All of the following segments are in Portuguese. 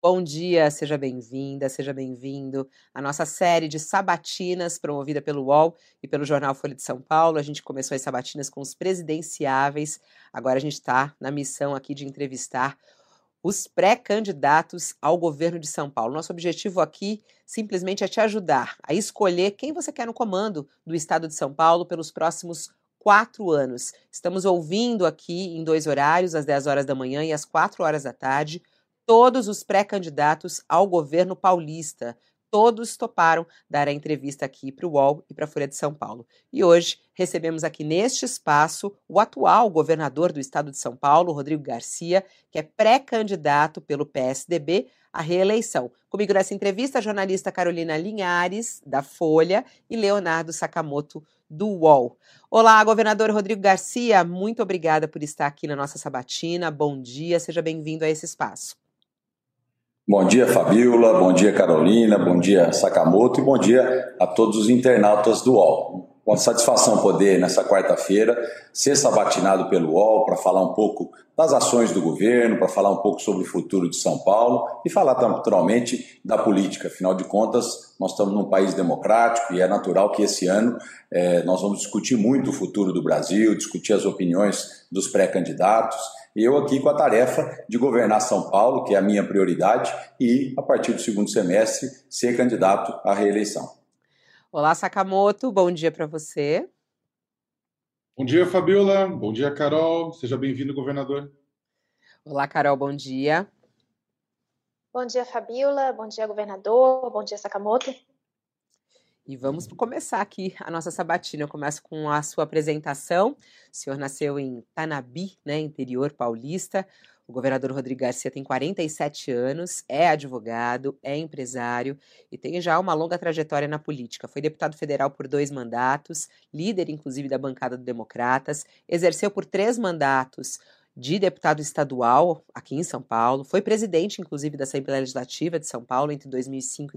Bom dia, seja bem-vinda, seja bem-vindo à nossa série de sabatinas promovida pelo UOL e pelo jornal Folha de São Paulo. A gente começou as sabatinas com os presidenciáveis, agora a gente está na missão aqui de entrevistar os pré-candidatos ao governo de São Paulo. Nosso objetivo aqui simplesmente é te ajudar a escolher quem você quer no comando do estado de São Paulo pelos próximos 4 anos. Estamos ouvindo aqui em 2 horários, às 10 horas da manhã e às 4 horas da tarde, todos os pré-candidatos ao governo paulista. Todos toparam dar a entrevista aqui para o UOL e para a Folha de São Paulo. E hoje recebemos aqui neste espaço o atual governador do estado de São Paulo, Rodrigo Garcia, que é pré-candidato pelo PSDB à reeleição. Comigo nessa entrevista, a jornalista Carolina Linhares, da Folha, e Leonardo Sakamoto, do UOL. Olá, governador Rodrigo Garcia, muito obrigada por estar aqui na nossa sabatina. Bom dia, seja bem-vindo a esse espaço. Bom dia, Fabíola, bom dia, Carolina, bom dia, Sakamoto, e bom dia a todos os internautas do UOL. Com satisfação poder, nessa quarta-feira, ser sabatinado pelo UOL para falar um pouco das ações do governo, para falar um pouco sobre o futuro de São Paulo e falar naturalmente da política. Afinal de contas, nós estamos num país democrático e é natural que esse ano nós vamos discutir muito o futuro do Brasil, discutir as opiniões dos pré-candidatos. E eu aqui com a tarefa de governar São Paulo, que é a minha prioridade, e, a partir do segundo semestre, ser candidato à reeleição. Olá, Sakamoto, bom dia para você. Bom dia, Fabíola. Bom dia, Carol. Seja bem-vindo, governador. Olá, Carol, bom dia. Bom dia, Fabíola. Bom dia, governador. Bom dia, Sakamoto. E vamos começar aqui a nossa sabatina. Eu começo com a sua apresentação. O senhor nasceu em Tanabi, interior paulista. O governador Rodrigo Garcia tem 47 anos, é advogado, é empresário e tem já uma longa trajetória na política. Foi deputado federal por 2 mandatos, líder inclusive da bancada do Democratas, exerceu por 3 mandatos de deputado estadual aqui em São Paulo, foi presidente inclusive da Assembleia Legislativa de São Paulo entre 2005 e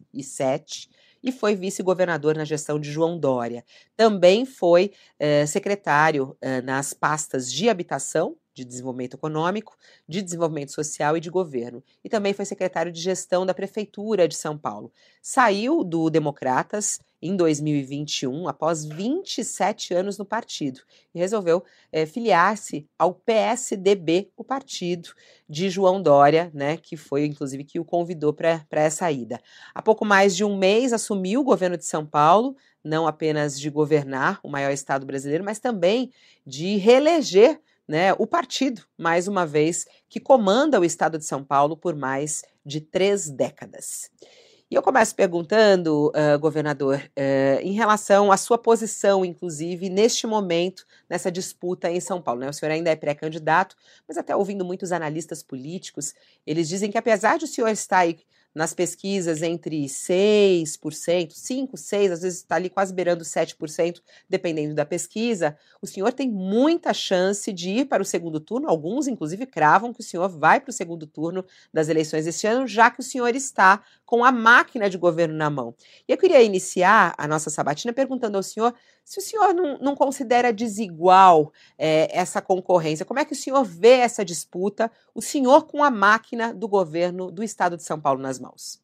2007 e foi vice-governador na gestão de João Dória. Também foi secretário nas pastas de habitação, de desenvolvimento econômico, de desenvolvimento social e de governo. E também foi secretário de gestão da Prefeitura de São Paulo. Saiu do Democratas em 2021, após 27 anos no partido, e resolveu filiar-se ao PSDB, o partido de João Dória, que foi inclusive que o convidou para essa ida. Há pouco mais de um mês assumiu o governo de São Paulo, não apenas de governar o maior estado brasileiro, mas também de reeleger o partido, mais uma vez, que comanda o estado de São Paulo por mais de 3 décadas. E eu começo perguntando, governador, em relação à sua posição, inclusive, neste momento, nessa disputa em São Paulo. O senhor ainda é pré-candidato, mas até ouvindo muitos analistas políticos, eles dizem que apesar de o senhor estar aí nas pesquisas entre 6%, 5%, 6%, às vezes está ali quase beirando 7%, dependendo da pesquisa, o senhor tem muita chance de ir para o segundo turno, alguns inclusive cravam que o senhor vai para o segundo turno das eleições este ano, já que o senhor está com a máquina de governo na mão. E eu queria iniciar a nossa sabatina perguntando ao senhor se o senhor não considera desigual essa concorrência. Como é que o senhor vê essa disputa, o senhor com a máquina do governo do estado de São Paulo nas mãos?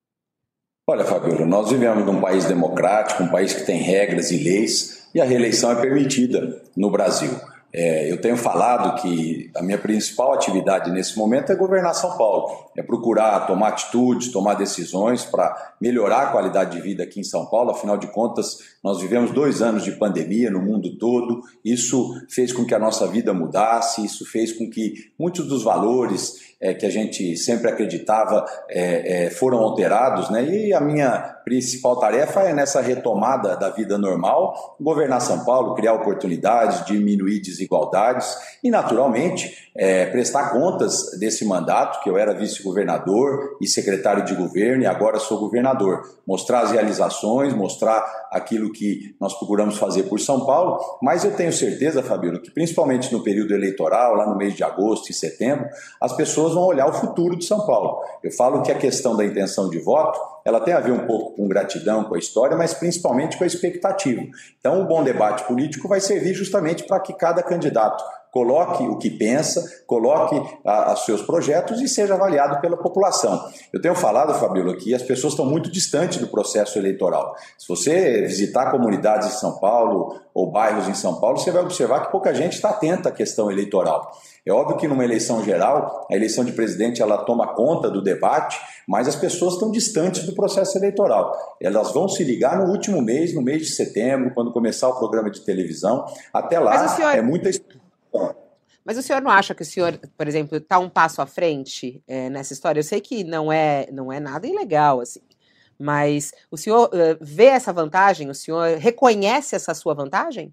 Olha, Fabíola, nós vivemos num país democrático, um país que tem regras e leis, e a reeleição é permitida no Brasil. Eu tenho falado que a minha principal atividade nesse momento é governar São Paulo, é procurar tomar atitudes, tomar decisões para melhorar a qualidade de vida aqui em São Paulo. Afinal de contas, nós vivemos 2 anos de pandemia no mundo todo, isso fez com que a nossa vida mudasse, isso fez com que muitos dos valores que a gente sempre acreditava foram alterados, E a minha principal tarefa é nessa retomada da vida normal, governar São Paulo, criar oportunidades, diminuir desigualdades e, naturalmente, prestar contas desse mandato, que eu era vice-governador e secretário de governo e agora sou governador. Mostrar as realizações, mostrar aquilo que nós procuramos fazer por São Paulo, mas eu tenho certeza, Fabíola, que principalmente no período eleitoral, lá no mês de agosto e setembro, as pessoas vão olhar o futuro de São Paulo. Eu falo que a questão da intenção de voto, ela tem a ver um pouco com gratidão, com a história, mas principalmente com a expectativa. Então, o bom debate político vai servir justamente para que cada candidato coloque o que pensa, coloque os seus projetos e seja avaliado pela população. Eu tenho falado, Fabíola, que as pessoas estão muito distantes do processo eleitoral. Se você visitar comunidades em São Paulo ou bairros em São Paulo, você vai observar que pouca gente está atenta à questão eleitoral. É óbvio que numa eleição geral, a eleição de presidente ela toma conta do debate, mas as pessoas estão distantes do processo eleitoral. Elas vão se ligar no último mês, no mês de setembro, quando começar o programa de televisão. Até lá é muita exposição. Mas o senhor não acha que o senhor, por exemplo, está um passo à frente nessa história? Eu sei que não é nada ilegal, assim, mas o senhor vê essa vantagem? O senhor reconhece essa sua vantagem?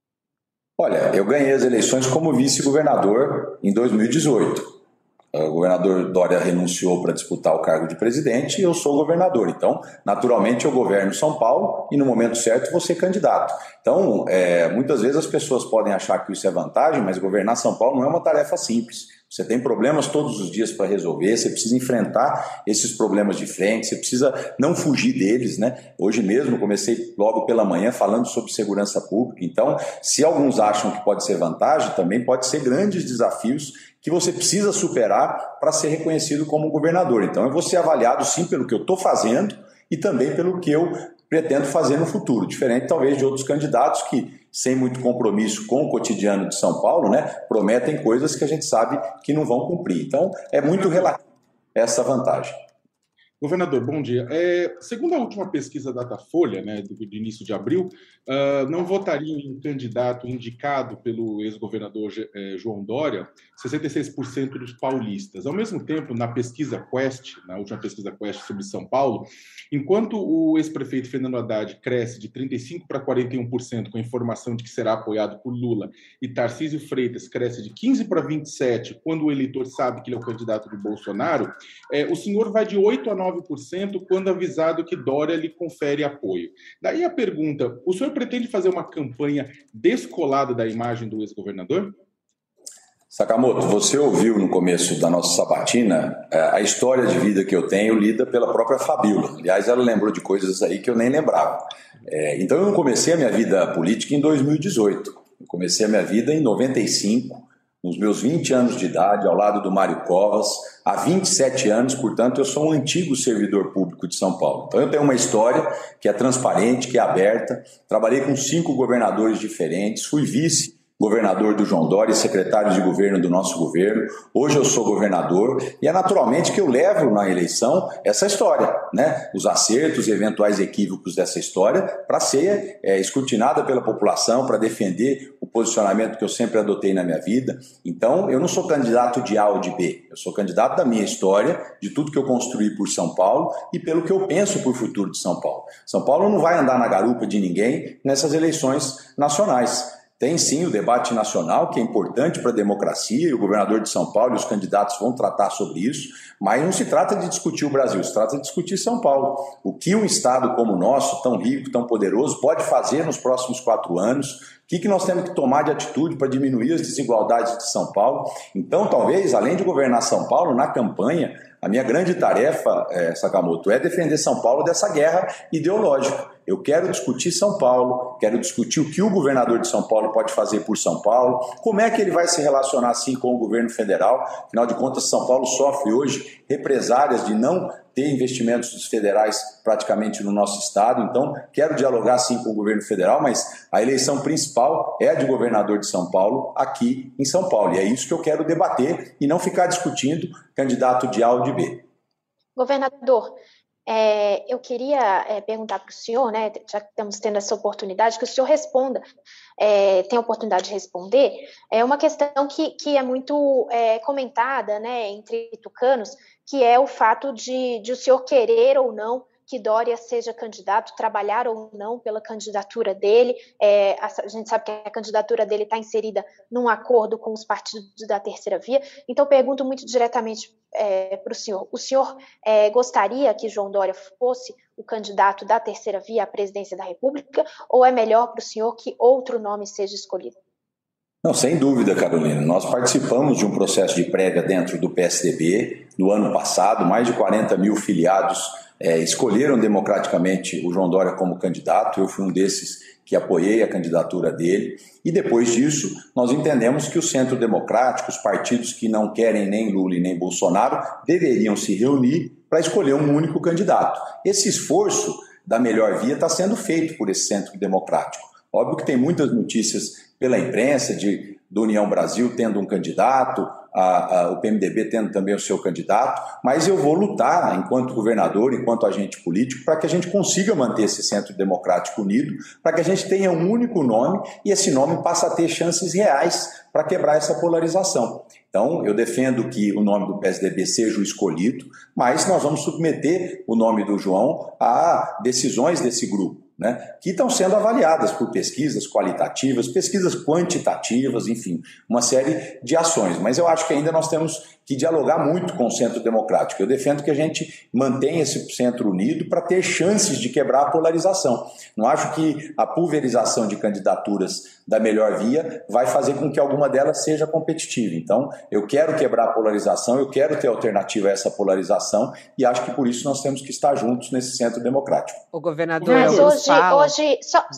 Olha, eu ganhei as eleições como vice-governador em 2018. O governador Dória renunciou para disputar o cargo de presidente e eu sou governador. Então, naturalmente, eu governo São Paulo e no momento certo vou ser candidato. Então, muitas vezes as pessoas podem achar que isso é vantagem, mas governar São Paulo não é uma tarefa simples. Você tem problemas todos os dias para resolver, você precisa enfrentar esses problemas de frente, você precisa não fugir deles, né? Hoje mesmo comecei logo pela manhã falando sobre segurança pública. Então, se alguns acham que pode ser vantagem, também pode ser grandes desafios que você precisa superar para ser reconhecido como governador. Então, eu vou ser avaliado sim pelo que eu estou fazendo e também pelo que eu pretendo fazer no futuro, diferente talvez de outros candidatos que, sem muito compromisso com o cotidiano de São Paulo, né, prometem coisas que a gente sabe que não vão cumprir. Então, é muito relativo essa vantagem. Governador, bom dia. Segundo a última pesquisa Datafolha, né, de início de abril, não votariam em um candidato indicado pelo ex-governador João Dória 66% dos paulistas. Ao mesmo tempo, na pesquisa Quest, na última pesquisa Quest sobre São Paulo, enquanto o ex-prefeito Fernando Haddad cresce de 35% para 41% com a informação de que será apoiado por Lula, e Tarcísio Freitas cresce de 15% para 27% quando o eleitor sabe que ele é o candidato do Bolsonaro, o senhor vai de 8% a 9% quando avisado que Dória lhe confere apoio. Daí a pergunta, o senhor pretende fazer uma campanha descolada da imagem do ex-governador? Sakamoto, você ouviu no começo da nossa sabatina a história de vida que eu tenho lida pela própria Fabíola. Aliás, ela lembrou de coisas aí que eu nem lembrava. Então eu não comecei a minha vida política em 2018. Eu comecei a minha vida em 95, nos meus 20 anos de idade, ao lado do Mário Covas, há 27 anos, portanto, eu sou um antigo servidor público de São Paulo. Então, eu tenho uma história que é transparente, que é aberta. Trabalhei com 5 governadores diferentes, fui vice-governador do João Dória e secretário de governo do nosso governo. Hoje eu sou governador e é naturalmente que eu levo na eleição essa história, né? Os acertos e eventuais equívocos dessa história para ser escrutinada pela população, para defender o posicionamento que eu sempre adotei na minha vida. Então, eu não sou candidato de A ou de B, eu sou candidato da minha história, de tudo que eu construí por São Paulo e pelo que eu penso por futuro de São Paulo. São Paulo não vai andar na garupa de ninguém nessas eleições nacionais. Tem sim o debate nacional, que é importante para a democracia, e o governador de São Paulo e os candidatos vão tratar sobre isso, mas não se trata de discutir o Brasil, se trata de discutir São Paulo. O que um estado como o nosso, tão rico, tão poderoso, pode fazer nos próximos 4 anos, o que nós temos que tomar de atitude para diminuir as desigualdades de São Paulo. Então, talvez, além de governar São Paulo, na campanha, a minha grande tarefa, Sakamoto, é defender São Paulo dessa guerra ideológica. Eu quero discutir São Paulo, quero discutir o que o governador de São Paulo pode fazer por São Paulo, como é que ele vai se relacionar assim com o governo federal. Afinal de contas, São Paulo sofre hoje represálias de não ter investimentos federais praticamente no nosso estado. Então, quero dialogar sim com o governo federal, mas a eleição principal é a de governador de São Paulo, aqui em São Paulo. E é isso que eu quero debater e não ficar discutindo candidato de A ou de B. Governador, eu queria perguntar para o senhor, né, já que estamos tendo essa oportunidade, que o senhor responda, tem a oportunidade de responder, uma questão que é muito comentada, né, entre tucanos, que é o fato de o senhor querer ou não que Dória seja candidato, trabalhar ou não pela candidatura dele. A gente sabe que a candidatura dele está inserida num acordo com os partidos da terceira via. Então, pergunto muito diretamente para o senhor. O senhor gostaria que João Dória fosse o candidato da terceira via à presidência da República, ou é melhor para o senhor que outro nome seja escolhido? Não, sem dúvida, Carolina. Nós participamos de um processo de prévia dentro do PSDB no ano passado, mais de 40 mil filiados escolheram democraticamente o João Dória como candidato. Eu fui um desses que apoiei a candidatura dele, e depois disso nós entendemos que o Centro Democrático, os partidos que não querem nem Lula e nem Bolsonaro, deveriam se reunir para escolher um único candidato. Esse esforço da melhor via está sendo feito por esse Centro Democrático. Óbvio que tem muitas notícias pela imprensa do União Brasil tendo um candidato, o PMDB tendo também o seu candidato, mas eu vou lutar, enquanto governador, enquanto agente político, para que a gente consiga manter esse Centro Democrático unido, para que a gente tenha um único nome e esse nome passe a ter chances reais para quebrar essa polarização. Então, eu defendo que o nome do PSDB seja o escolhido, mas nós vamos submeter o nome do João a decisões desse grupo, né, que estão sendo avaliadas por pesquisas qualitativas, pesquisas quantitativas, enfim, uma série de ações. Mas eu acho que ainda nós temos que dialogar muito com o Centro Democrático. Eu defendo que a gente mantenha esse centro unido para ter chances de quebrar a polarização. Não acho que a pulverização de candidaturas da melhor via vai fazer com que alguma delas seja competitiva. Então, eu quero quebrar a polarização, eu quero ter alternativa a essa polarização, e acho que por isso nós temos que estar juntos nesse Centro Democrático. O governador... Mas hoje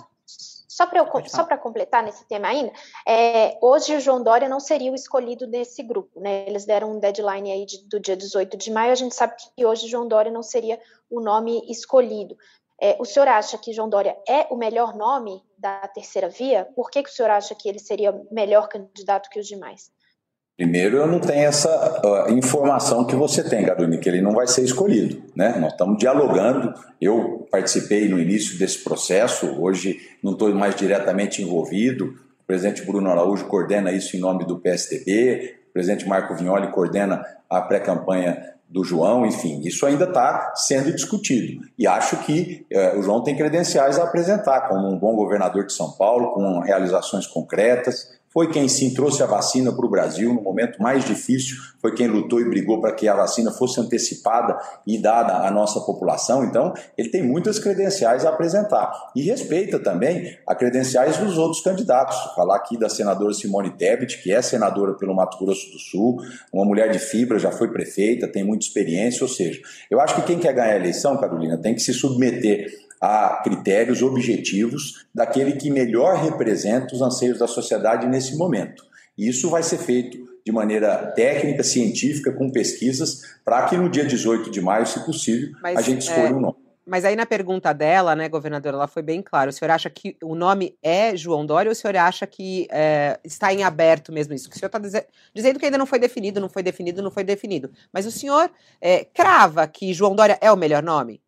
só para completar nesse tema ainda, hoje o João Dória não seria o escolhido nesse grupo, né? Eles deram um deadline aí do dia 18 de maio, a gente sabe que hoje João Dória não seria o nome escolhido. O senhor acha que João Dória é o melhor nome da terceira via? Por que o senhor acha que ele seria o melhor candidato que os demais? Primeiro, eu não tenho essa informação que você tem, Garuni, que ele não vai ser escolhido, né? Nós estamos dialogando, eu participei no início desse processo, hoje não estou mais diretamente envolvido, o presidente Bruno Araújo coordena isso em nome do PSDB, o presidente Marco Vignoli coordena a pré-campanha do João, enfim, isso ainda está sendo discutido. E acho que o João tem credenciais a apresentar, como um bom governador de São Paulo, com realizações concretas. Foi quem sim trouxe a vacina para o Brasil no momento mais difícil, foi quem lutou e brigou para que a vacina fosse antecipada e dada à nossa população. Então, ele tem muitas credenciais a apresentar. E respeita também as credenciais dos outros candidatos. Falar aqui da senadora Simone Tebet, que é senadora pelo Mato Grosso do Sul, uma mulher de fibra, já foi prefeita, tem muita experiência, ou seja, eu acho que quem quer ganhar a eleição, Carolina, tem que se submeter a critérios objetivos daquele que melhor representa os anseios da sociedade nesse momento. E isso vai ser feito de maneira técnica, científica, com pesquisas, para que no dia 18 de maio, se possível, a gente escolha um nome. Mas aí na pergunta dela, né, governadora, ela foi bem clara. O senhor acha que o nome é João Dória ou o senhor acha que está em aberto mesmo isso? Que o senhor está dizendo que ainda não foi definido, não foi definido, não foi definido. Mas o senhor crava que João Dória é o melhor nome?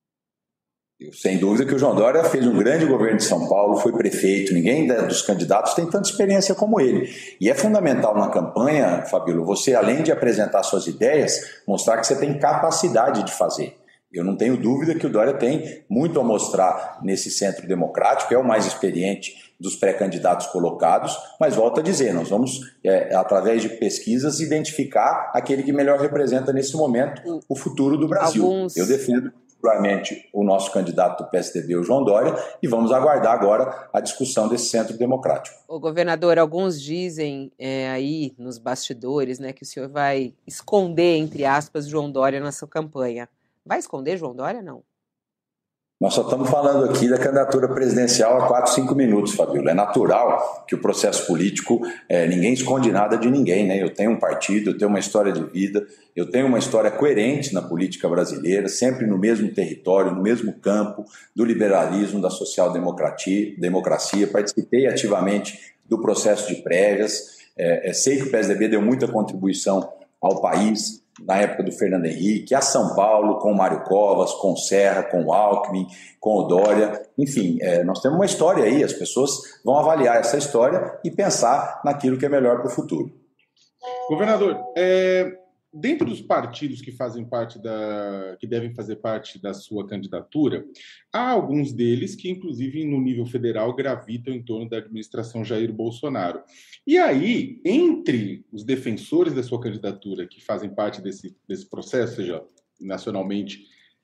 Sem dúvida que o João Dória fez um grande governo de São Paulo, foi prefeito, ninguém dos candidatos tem tanta experiência como ele. E é fundamental na campanha, Fabíola, você, além de apresentar suas ideias, mostrar que você tem capacidade de fazer. Eu não tenho dúvida que o Dória tem muito a mostrar nesse Centro Democrático, é o mais experiente dos pré-candidatos colocados, mas volto a dizer, nós vamos, através de pesquisas, identificar aquele que melhor representa nesse momento o futuro do Brasil. Eu defendo particularmente o nosso candidato do PSDB, o João Dória, e vamos aguardar agora a discussão desse Centro Democrático. O governador, alguns dizem aí nos bastidores, né, que o senhor vai esconder, entre aspas, João Dória na sua campanha. Vai esconder João Dória, não? Nós só estamos falando aqui da candidatura presidencial há 4, 5 minutos, Fabíola. É natural que o processo político, ninguém esconde nada de ninguém, né? Eu tenho um partido, eu tenho uma história de vida, eu tenho uma história coerente na política brasileira, sempre no mesmo território, no mesmo campo do liberalismo, da social-democracia. Participei ativamente do processo de prévias, sei que o PSDB deu muita contribuição ao país, na época do Fernando Henrique, a São Paulo, com o Mário Covas, com o Serra, com o Alckmin, com o Dória. Enfim, nós temos uma história aí, as pessoas vão avaliar essa história e pensar naquilo que é melhor para o futuro. Governador, dentro dos partidos que fazem parte que devem fazer parte da sua candidatura, há alguns deles que, inclusive, no nível federal, gravitam em torno da administração Jair Bolsonaro. E aí, entre os defensores da sua candidatura, que fazem parte desse processo, seja nacionalmente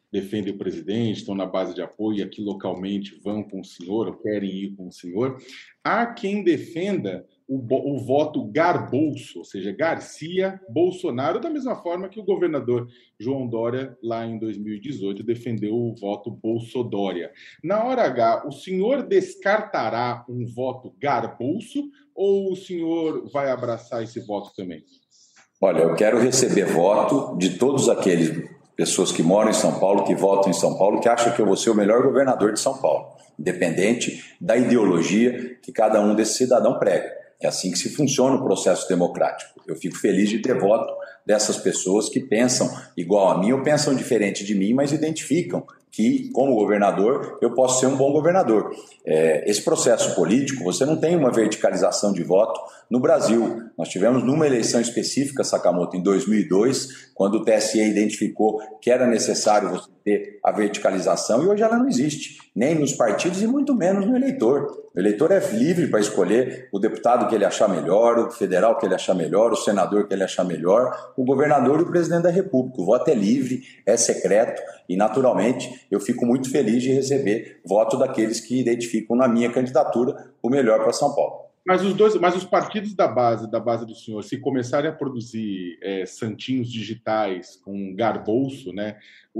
defendem o presidente, estão na base de apoio e aqui localmente vão com o senhor ou querem ir com o senhor. Há quem defenda o voto Garbolso, ou seja, Garcia Bolsonaro, da mesma forma que o governador João Dória, lá em 2018, defendeu o voto Bolsodória. Na hora H, o senhor descartará um voto Garbolso ou o senhor vai abraçar esse voto também? Olha, eu quero receber voto de todos aqueles pessoas que moram em São Paulo, que votam em São Paulo, que acham que eu vou ser o melhor governador de São Paulo, independente da ideologia que cada um desse cidadão prega. É assim que se funciona o processo democrático. Eu fico feliz de ter voto dessas pessoas que pensam igual a mim ou pensam diferente de mim, mas identificam que, como governador, eu posso ser um bom governador. Esse processo político, você não tem uma verticalização de voto no Brasil. Nós tivemos numa eleição específica, Sakamoto, em 2002, quando o TSE identificou que era necessário você ter a verticalização, e hoje ela não existe, nem nos partidos e muito menos no eleitor. O eleitor é livre para escolher o deputado que ele achar melhor, o federal que ele achar melhor, o senador que ele achar melhor, o governador e o presidente da República. O voto é livre, é secreto e, naturalmente, eu fico muito feliz de receber voto daqueles que identificam na minha candidatura o melhor para São Paulo. Mas os partidos da base do senhor, se começarem a produzir santinhos digitais com garbolso, né,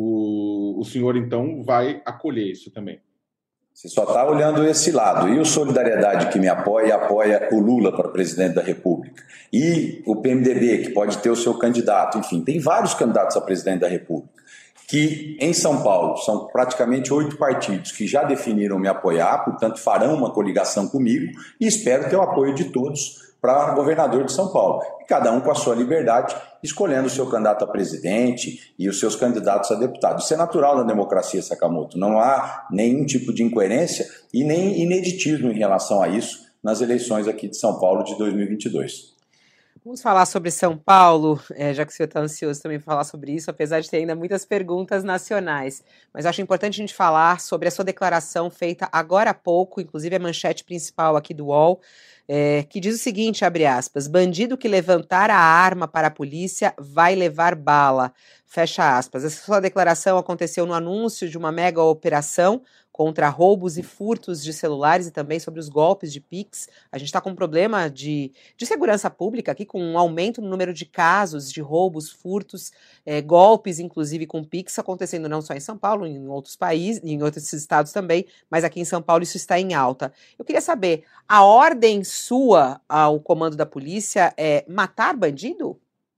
o senhor então vai acolher isso também? Você só está olhando esse lado. E o Solidariedade, que me apoia o Lula para presidente da República. E o PMDB, que pode ter o seu candidato. Enfim, tem vários candidatos a presidente da República. Que em São Paulo são praticamente 8 partidos que já definiram me apoiar, portanto farão uma coligação comigo e espero ter o apoio de todos para governador de São Paulo. E cada um com a sua liberdade, escolhendo o seu candidato a presidente e os seus candidatos a deputado. Isso é natural na democracia, Sakamoto. Não há nenhum tipo de incoerência e nem ineditismo em relação a isso nas eleições aqui de São Paulo de 2022. Vamos falar sobre São Paulo, já que o senhor está ansioso também para falar sobre isso, apesar de ter ainda muitas perguntas nacionais. Mas eu acho importante a gente falar sobre a sua declaração feita agora há pouco, inclusive a manchete principal aqui do UOL, que diz o seguinte, abre aspas, bandido que levantar a arma para a polícia vai levar bala, fecha aspas. Essa sua declaração aconteceu no anúncio de uma mega operação contra roubos e furtos de celulares e também sobre os golpes de Pix. A gente está com um problema de segurança pública aqui, com um aumento no número de casos de roubos, furtos, golpes, inclusive com Pix, acontecendo não só em São Paulo, em outros países, em outros estados também, mas aqui em São Paulo isso está em alta. Eu queria saber, a ordem sua ao comando da polícia é matar bandido?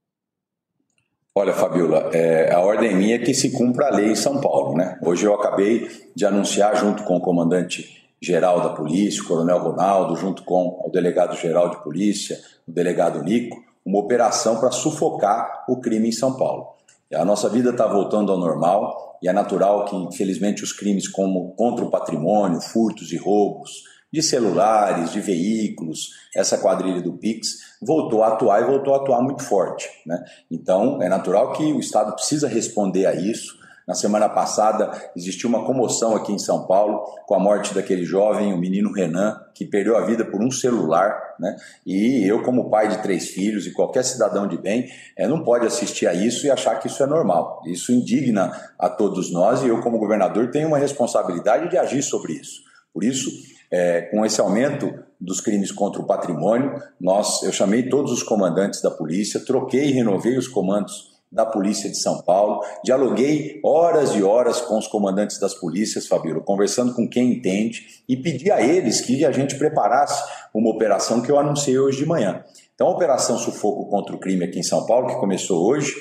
Olha, Fabiola, a ordem minha é que se cumpra a lei em São Paulo, né? Hoje eu acabei de anunciar, junto com o comandante-geral da polícia, o coronel Ronaldo, junto com o delegado-geral de polícia, o delegado Nico, uma operação para sufocar o crime em São Paulo. A nossa vida está voltando ao normal e é natural que, infelizmente, os crimes como contra o patrimônio, furtos e roubos de celulares, de veículos, essa quadrilha do Pix voltou a atuar e voltou a atuar muito forte, né? Então, é natural que o Estado precisa responder a isso. Na semana passada, existiu uma comoção aqui em São Paulo com a morte daquele jovem, o menino Renan, que perdeu a vida por um celular, né? E eu, como pai de 3 filhos e qualquer cidadão de bem, não pode assistir a isso e achar que isso é normal. Isso indigna a todos nós e eu, como governador, tenho uma responsabilidade de agir sobre isso. Por isso, com esse aumento dos crimes contra o patrimônio, eu chamei todos os comandantes da polícia, troquei e renovei os comandos da Polícia de São Paulo, dialoguei horas e horas com os comandantes das polícias, Fabíola, conversando com quem entende e pedi a eles que a gente preparasse uma operação que eu anunciei hoje de manhã. Então, a Operação Sufoco contra o Crime aqui em São Paulo, que começou hoje,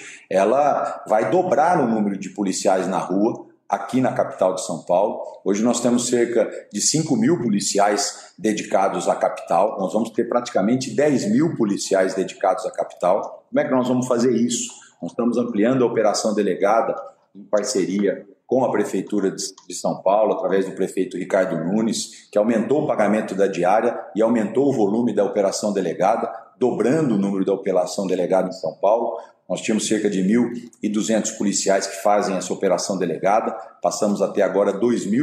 ela vai dobrar o número de policiais na rua, aqui na capital de São Paulo. Hoje nós temos cerca de 5.000 policiais dedicados à capital. Nós vamos ter praticamente 10.000 policiais dedicados à capital. Como é que nós vamos fazer isso? Nós estamos ampliando a Operação Delegada em parceria com a Prefeitura de São Paulo, através do prefeito Ricardo Nunes, que aumentou o pagamento da diária e aumentou o volume da Operação Delegada, dobrando o número da Operação Delegada em São Paulo. Nós tínhamos cerca de 1.200 policiais que fazem essa operação delegada, passamos até agora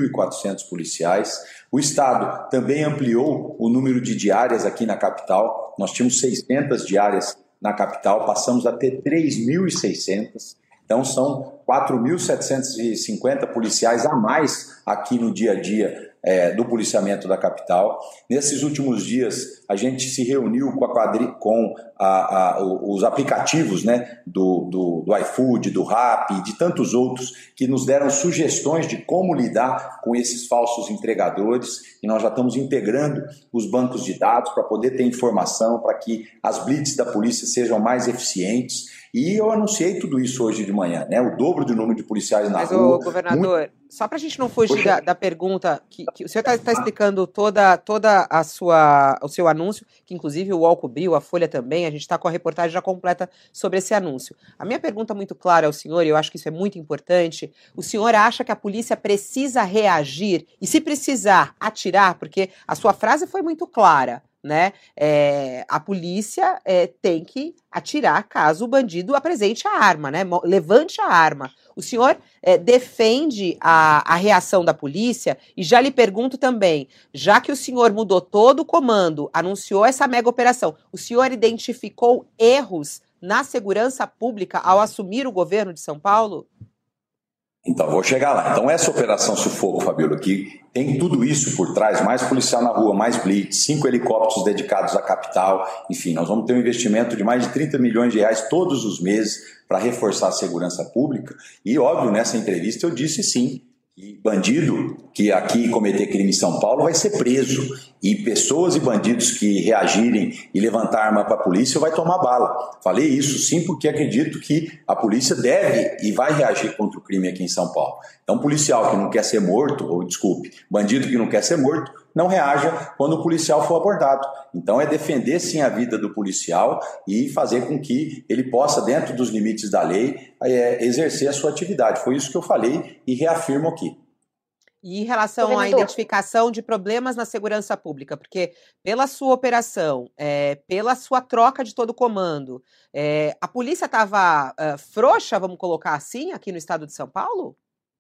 2.400 policiais. O Estado também ampliou o número de diárias aqui na capital, nós tínhamos 600 diárias na capital, passamos a ter 3.600. Então são 4.750 policiais a mais aqui no dia a dia do policiamento da capital. Nesses últimos dias, a gente se reuniu com os aplicativos, né, do iFood, do Rappi e de tantos outros que nos deram sugestões de como lidar com esses falsos entregadores, e nós já estamos integrando os bancos de dados para poder ter informação, para que as blitz da polícia sejam mais eficientes. E eu anunciei tudo isso hoje de manhã, né? O dobro do número de policiais na rua. Mas, governador, só para a gente não fugir da pergunta, que o senhor está explicando toda o seu anúncio, que inclusive o UOL cobriu, a Folha também, a gente está com a reportagem já completa sobre esse anúncio. A minha pergunta muito clara ao senhor, e eu acho que isso é muito importante, o senhor acha que a polícia precisa reagir, e se precisar, atirar, porque a sua frase foi muito clara, né? A polícia tem que atirar caso o bandido apresente a arma, né? Levante a arma. O senhor defende a reação da polícia, e já lhe pergunto também, já que o senhor mudou todo o comando, anunciou essa mega operação, o senhor identificou erros na segurança pública ao assumir o governo de São Paulo? Então, vou chegar lá. Então, essa operação Sufoco, Fabíola, que tem tudo isso por trás, mais policial na rua, mais blitz, 5 helicópteros dedicados à capital, enfim, nós vamos ter um investimento de mais de 30 milhões de reais todos os meses para reforçar a segurança pública. E, óbvio, nessa entrevista eu disse sim, que bandido que aqui cometer crime em São Paulo vai ser preso, e pessoas e bandidos que reagirem e levantar arma para a polícia vai tomar bala. Falei isso sim porque acredito que a polícia deve e vai reagir contra o crime aqui em São Paulo. Então, policial que não quer ser morto, ou desculpe, bandido que não quer ser morto, não reaja quando o policial for abordado. Então é defender sim a vida do policial e fazer com que ele possa, dentro dos limites da lei, exercer a sua atividade. Foi isso que eu falei e reafirmo aqui. E em relação à identificação de problemas na segurança pública, porque pela sua operação, pela sua troca de todo o comando, a polícia estava frouxa, vamos colocar assim, aqui no estado de São Paulo?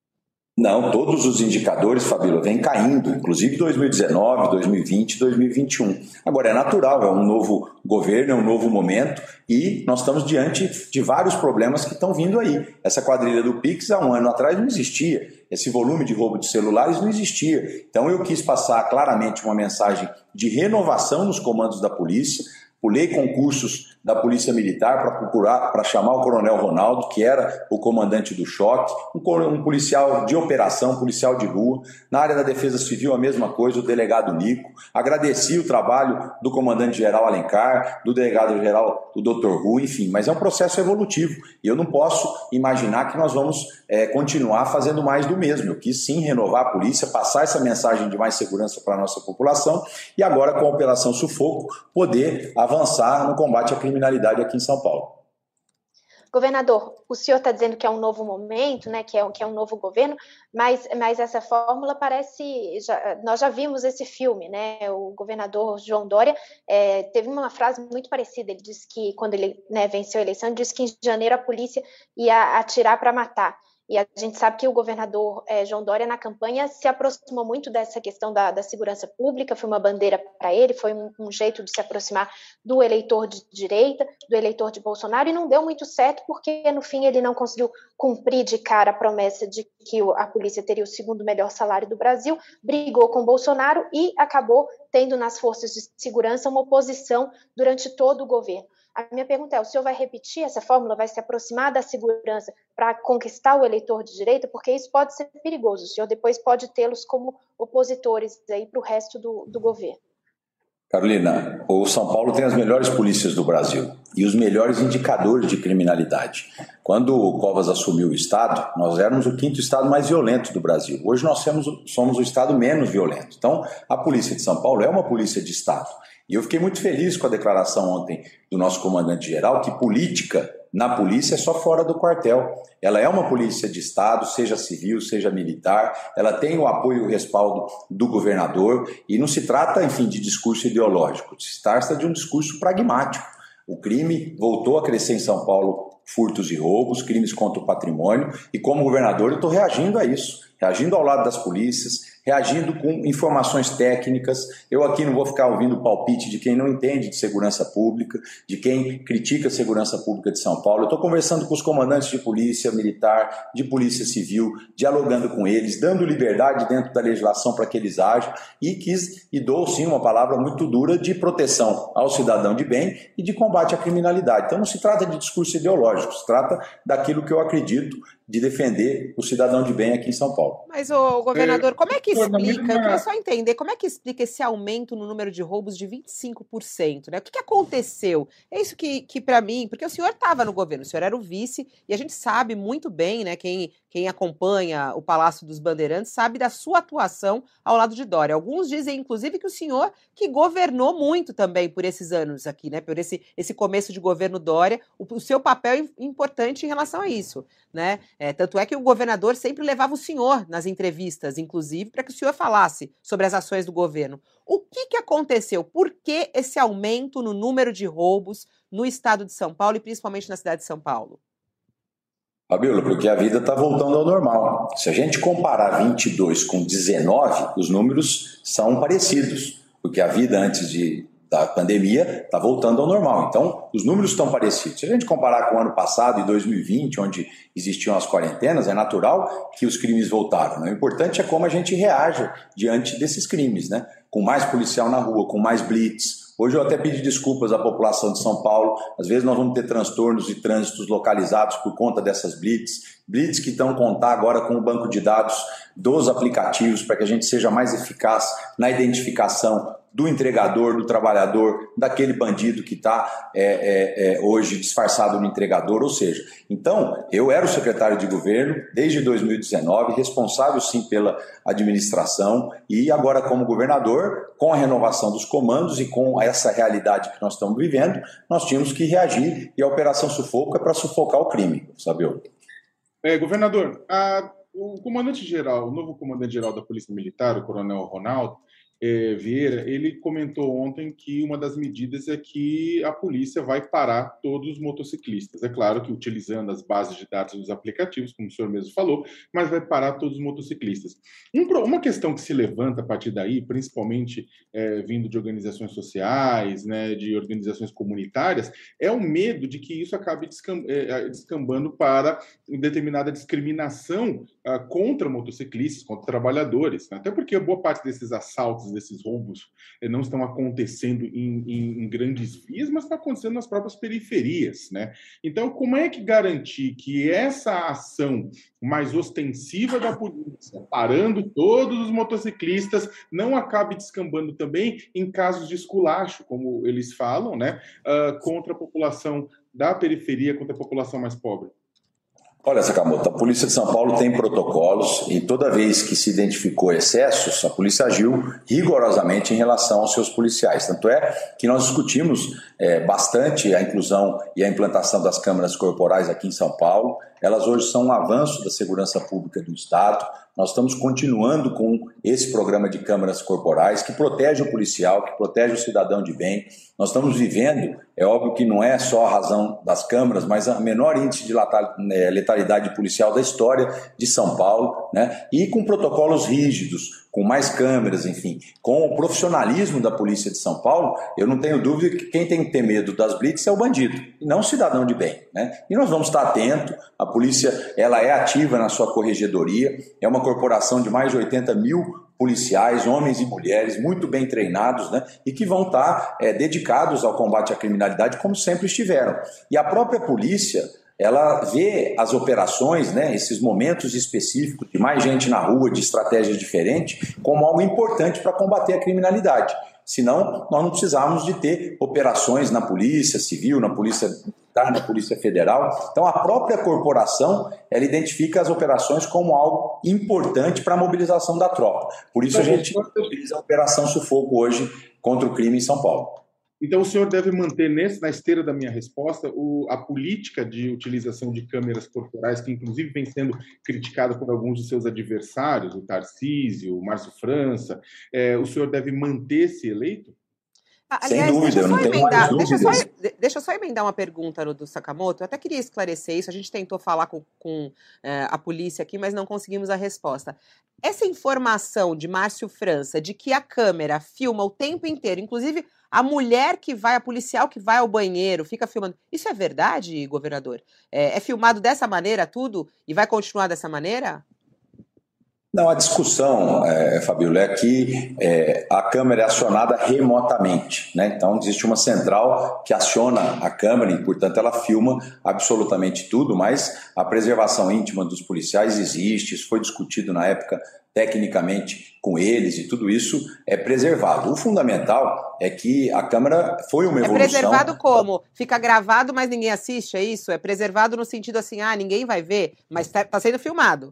Não, todos os indicadores, Fabíola, vêm caindo, inclusive 2019, 2020, 2021. Agora, é natural, é um novo governo, é um novo momento, e nós estamos diante de vários problemas que estão vindo aí. Essa quadrilha do Pix, há um ano atrás, não existia. Esse volume de roubo de celulares não existia. Então, eu quis passar claramente uma mensagem de renovação nos comandos da polícia. Pulei concursos da Polícia Militar para chamar o Coronel Ronaldo, que era o comandante do choque, um policial de operação, policial de rua. Na área da Defesa Civil, a mesma coisa, o delegado Nico. Agradeci o trabalho do comandante-geral Alencar, do delegado-geral, o Dr. Rui, enfim, mas é um processo evolutivo. E eu não posso imaginar que nós vamos continuar fazendo mais do mesmo. Eu quis sim renovar a polícia, passar essa mensagem de mais segurança para a nossa população, e agora com a Operação Sufoco poder avançar no combate à criminalidade aqui em São Paulo. Governador, o senhor está dizendo que é um novo momento, né, que é um novo governo, mas essa fórmula parece... nós já vimos esse filme, né? O governador João Dória teve uma frase muito parecida. Ele disse que, quando ele venceu a eleição, ele disse que em janeiro a polícia ia atirar para matar. E a gente sabe que o governador João Dória, na campanha, se aproximou muito dessa questão da segurança pública, foi uma bandeira para ele, foi um jeito de se aproximar do eleitor de direita, do eleitor de Bolsonaro, e não deu muito certo, porque, no fim, ele não conseguiu cumprir de cara a promessa de que a polícia teria o segundo melhor salário do Brasil, brigou com Bolsonaro e acabou tendo nas forças de segurança uma oposição durante todo o governo. A minha pergunta é, o senhor vai repetir essa fórmula, vai se aproximar da segurança para conquistar o eleitor de direita? Porque isso pode ser perigoso, o senhor depois pode tê-los como opositores para o resto do governo. Carolina, o São Paulo tem as melhores polícias do Brasil e os melhores indicadores de criminalidade. Quando o Covas assumiu o Estado, nós éramos o 5º estado mais violento do Brasil. Hoje nós somos o estado menos violento. Então, a Polícia de São Paulo é uma polícia de Estado. E eu fiquei muito feliz com a declaração ontem do nosso comandante-geral, que política na polícia é só fora do quartel. Ela é uma polícia de Estado, seja civil, seja militar, ela tem o apoio e o respaldo do governador, e não se trata, enfim, de discurso ideológico, se trata de um discurso pragmático. O crime voltou a crescer em São Paulo, furtos e roubos, crimes contra o patrimônio, e como governador eu estou reagindo a isso, reagindo ao lado das polícias, reagindo com informações técnicas. Eu aqui não vou ficar ouvindo palpite de quem não entende de segurança pública, de quem critica a segurança pública de São Paulo. Eu estou conversando com os comandantes de polícia militar, de polícia civil, dialogando com eles, dando liberdade dentro da legislação para que eles ajam e dou sim uma palavra muito dura de proteção ao cidadão de bem e de combate à criminalidade. Então não se trata de discurso ideológico, se trata daquilo que eu acredito de defender o cidadão de bem aqui em São Paulo. Mas, governador, como é que explica? Eu queria só entender, como é que explica esse aumento no número de roubos de 25%, né? O que aconteceu? É isso que para mim, porque o senhor estava no governo, o senhor era o vice, e a gente sabe muito bem, né, quem acompanha o Palácio dos Bandeirantes sabe da sua atuação ao lado de Dória. Alguns dizem, inclusive, que o senhor que governou muito também por esses anos aqui, né, por esse começo de governo Dória, o seu papel é importante em relação a isso, né? Tanto é que o governador sempre levava o senhor nas entrevistas, inclusive, para que o senhor falasse sobre as ações do governo. O que aconteceu? Por que esse aumento no número de roubos no estado de São Paulo e principalmente na cidade de São Paulo? Fabíola, porque a vida está voltando ao normal. Se a gente comparar 22 com 19, os números são parecidos, porque a vida antes da pandemia está voltando ao normal. Então, os números estão parecidos. Se a gente comparar com o ano passado, em 2020, onde existiam as quarentenas, é natural que os crimes voltaram, né? O importante é como a gente reage diante desses crimes, né? Com mais policial na rua, com mais blitz. Hoje eu até pedi desculpas à população de São Paulo. Às vezes nós vamos ter transtornos e trânsitos localizados por conta dessas blitz que estão contar agora com o banco de dados dos aplicativos para que a gente seja mais eficaz na identificação do entregador, do trabalhador, daquele bandido que está hoje disfarçado no entregador, ou seja, então eu era o secretário de governo desde 2019, responsável sim pela administração e agora como governador, com a renovação dos comandos e com essa realidade que nós estamos vivendo, nós tínhamos que reagir e a Operação Sufoco é para sufocar o crime, Sabio. Governador, o comandante-geral, o novo comandante-geral da Polícia Militar, o coronel Ronaldo Vieira, ele comentou ontem que uma das medidas é que a polícia vai parar todos os motociclistas. É claro que utilizando as bases de dados dos aplicativos, como o senhor mesmo falou, mas vai parar todos os motociclistas. Uma questão que se levanta a partir daí, principalmente vindo de organizações sociais, né, de organizações comunitárias, é o medo de que isso acabe descambando para determinada discriminação contra motociclistas, contra trabalhadores, né? Até porque boa parte desses assaltos, desses roubos não estão acontecendo em grandes vias, mas estão acontecendo nas próprias periferias, né? Então, como é que garantir que essa ação mais ostensiva da polícia, parando todos os motociclistas, não acabe descambando também em casos de esculacho, como eles falam, né? Contra a população da periferia, contra a população mais pobre? Olha, Sakamoto, a Polícia de São Paulo tem protocolos e toda vez que se identificou excessos, a polícia agiu rigorosamente em relação aos seus policiais. Tanto é que nós discutimos bastante a inclusão e a implantação das câmeras corporais aqui em São Paulo. Elas hoje são um avanço da segurança pública do Estado. Nós estamos continuando com esse programa de câmeras corporais que protege o policial, que protege o cidadão de bem. Nós estamos vivendo, é óbvio que não é só a razão das câmeras, mas a menor índice de letalidade policial da história de São Paulo, né? E com protocolos rígidos, com mais câmeras, enfim, com o profissionalismo da Polícia de São Paulo, eu não tenho dúvida que quem tem que ter medo das blitz é o bandido, e não o cidadão de bem, né? E nós vamos estar atentos, a polícia ela é ativa na sua corregedoria, é uma corporação de mais de 80 mil policiais, homens e mulheres, muito bem treinados, né, e que vão estar dedicados ao combate à criminalidade, como sempre estiveram. E a própria polícia, ela vê as operações, né, esses momentos específicos de mais gente na rua, de estratégias diferentes, como algo importante para combater a criminalidade. Senão, nós não precisávamos de ter operações na Polícia Civil, na Polícia Militar, na Polícia Federal. Então, a própria corporação, ela identifica as operações como algo importante para a mobilização da tropa. Por isso, a gente utiliza a Operação Sufoco hoje contra o crime em São Paulo. Então, o senhor deve manter, na esteira da minha resposta, a política de utilização de câmeras corporais, que inclusive vem sendo criticada por alguns de seus adversários, o Tarcísio, o Márcio França. O senhor deve manter-se eleito? Sem Aliás, dúvida, eu não tenho mais dúvidas. deixa eu só emendar uma pergunta do Sakamoto. Eu até queria esclarecer isso. A gente tentou falar com a polícia aqui, mas não conseguimos a resposta. Essa informação de Márcio França de que a câmera filma o tempo inteiro, inclusive a mulher que vai, a policial que vai ao banheiro, fica filmando. Isso é verdade, governador? É filmado dessa maneira tudo e vai continuar dessa maneira? Não, a discussão, Fabíola, é que a câmera é acionada remotamente, né? Então, existe uma central que aciona a câmera e, portanto, ela filma absolutamente tudo, mas a preservação íntima dos policiais existe, isso foi discutido na época tecnicamente com eles e tudo isso é preservado. O fundamental é que a câmera foi uma evolução... É preservado como? Fica gravado, mas ninguém assiste, é isso? É preservado no sentido assim, ninguém vai ver, mas está sendo filmado.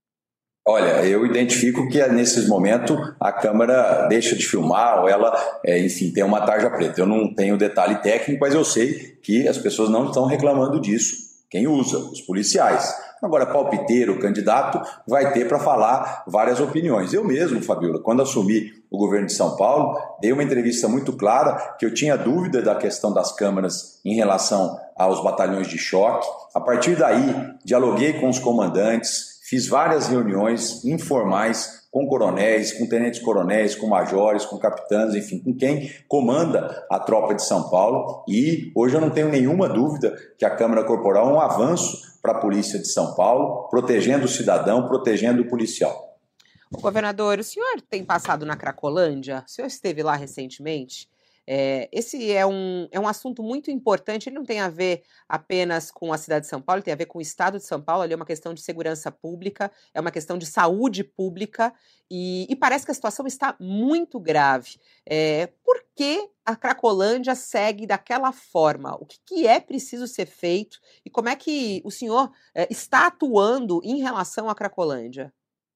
Olha, eu identifico que nesses momentos a câmera deixa de filmar ou ela, enfim, tem uma tarja preta. Eu não tenho detalhe técnico, mas eu sei que as pessoas não estão reclamando disso. Quem usa? Os policiais. Agora, palpiteiro, candidato, vai ter para falar várias opiniões. Eu mesmo, Fabíola, quando assumi o governo de São Paulo, dei uma entrevista muito clara que eu tinha dúvida da questão das câmaras em relação aos batalhões de choque. A partir daí, dialoguei com os comandantes, fiz várias reuniões informais com coronéis, com tenentes-coronéis, com majores, com capitães, enfim, com quem comanda a tropa de São Paulo. E hoje eu não tenho nenhuma dúvida que a Câmara Corporal é um avanço para a Polícia de São Paulo, protegendo o cidadão, protegendo o policial. Governador, o senhor tem passado na Cracolândia? O senhor esteve lá recentemente? Esse é um assunto muito importante, ele não tem a ver apenas com a cidade de São Paulo, ele tem a ver com o estado de São Paulo, ali é uma questão de segurança pública, é uma questão de saúde pública, e parece que a situação está muito grave. Por que a Cracolândia segue daquela forma? O que é preciso ser feito e como é que o senhor está atuando em relação à Cracolândia?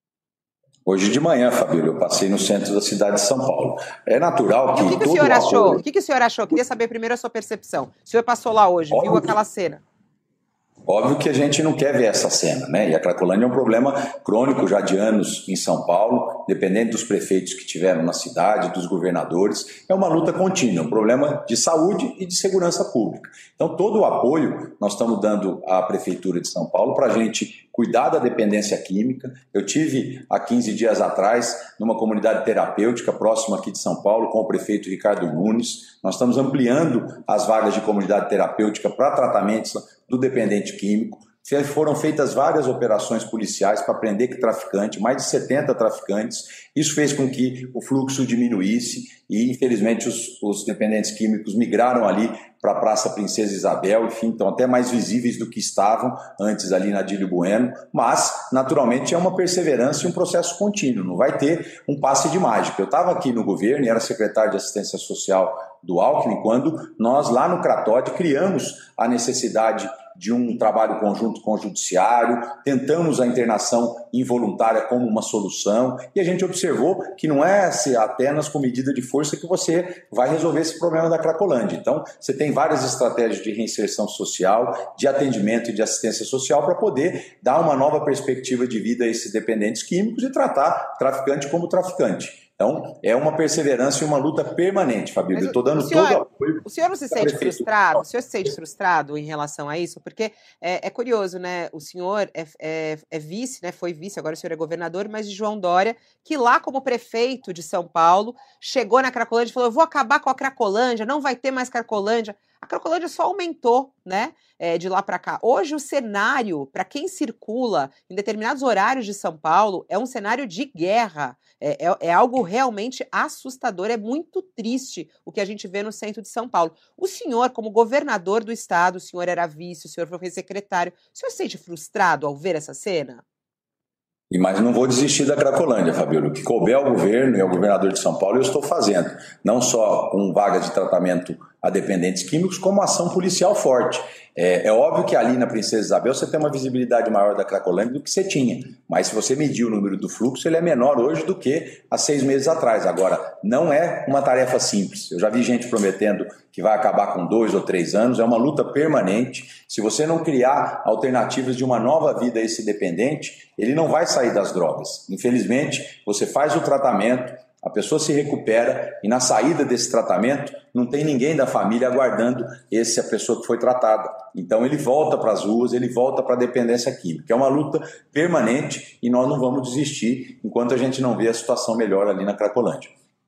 Hoje de manhã, Fabíola, eu passei no centro da cidade de São Paulo. É natural que... O que o senhor achou? O que o senhor achou? Queria saber primeiro a sua percepção. O senhor passou lá hoje, viu aquela cena? Óbvio que a gente não quer ver essa cena, né? E a Cracolândia é um problema crônico já de anos em São Paulo, dependendo dos prefeitos que tiveram na cidade, dos governadores. É uma luta contínua, um problema de saúde e de segurança pública. Então, todo o apoio nós estamos dando à Prefeitura de São Paulo para a gente cuidar da dependência química. Eu tive, há 15 dias atrás, numa comunidade terapêutica próxima aqui de São Paulo, com o prefeito Ricardo Nunes. Nós estamos ampliando as vagas de comunidade terapêutica para tratamentos do dependente químico. Foram feitas várias operações policiais para prender traficante, mais de 70 traficantes. Isso fez com que o fluxo diminuísse e, infelizmente, os dependentes químicos migraram ali para a Praça Princesa Isabel, enfim, estão até mais visíveis do que estavam antes ali na Adílio Bueno, mas, naturalmente, é uma perseverança e um processo contínuo, não vai ter um passe de mágica. Eu estava aqui no governo e era secretário de Assistência Social do Alckmin, quando nós, lá no Cratóide, criamos a necessidade de um trabalho conjunto com o judiciário, tentamos a internação involuntária como uma solução e a gente observou que não é apenas com medida de força que você vai resolver esse problema da Cracolândia. Então, você tem várias estratégias de reinserção social, de atendimento e de assistência social para poder dar uma nova perspectiva de vida a esses dependentes químicos e tratar traficante como traficante. Então, é uma perseverança e uma luta permanente, Fabíola. Eu estou dando todo o apoio. O senhor não se sente frustrado? O senhor se sente frustrado em relação a isso? Porque é curioso, né? O senhor é vice, né? Foi vice, agora o senhor é governador, mas de João Dória, que lá como prefeito de São Paulo, chegou na Cracolândia e falou, eu vou acabar com a Cracolândia, não vai ter mais Cracolândia. A Cracolândia só aumentou, né, de lá para cá. Hoje o cenário, para quem circula em determinados horários de São Paulo, é um cenário de guerra. É algo realmente assustador, é muito triste o que a gente vê no centro de São Paulo. O senhor, como governador do estado, o senhor era vice, o senhor foi secretário, o senhor se sente frustrado ao ver essa cena? Mas não vou desistir da Cracolândia, Fabíola. O que couber ao governo e ao governador de São Paulo, eu estou fazendo. Não só com vagas de tratamento a dependentes químicos, como ação policial forte. É óbvio que ali na Princesa Isabel você tem uma visibilidade maior da Cracolândia do que você tinha. Mas se você medir o número do fluxo, ele é menor hoje do que há 6 meses atrás. Agora, não é uma tarefa simples. Eu já vi gente prometendo que vai acabar com 2 ou 3 anos. É uma luta permanente. Se você não criar alternativas de uma nova vida a esse dependente, ele não vai sair das drogas. Infelizmente, você faz o tratamento, A pessoa se recupera e na saída desse tratamento não tem ninguém da família aguardando a pessoa que foi tratada. Então ele volta para as ruas, ele volta para a dependência química. É uma luta permanente e nós não vamos desistir enquanto a gente não vê a situação melhor ali na Cracolândia.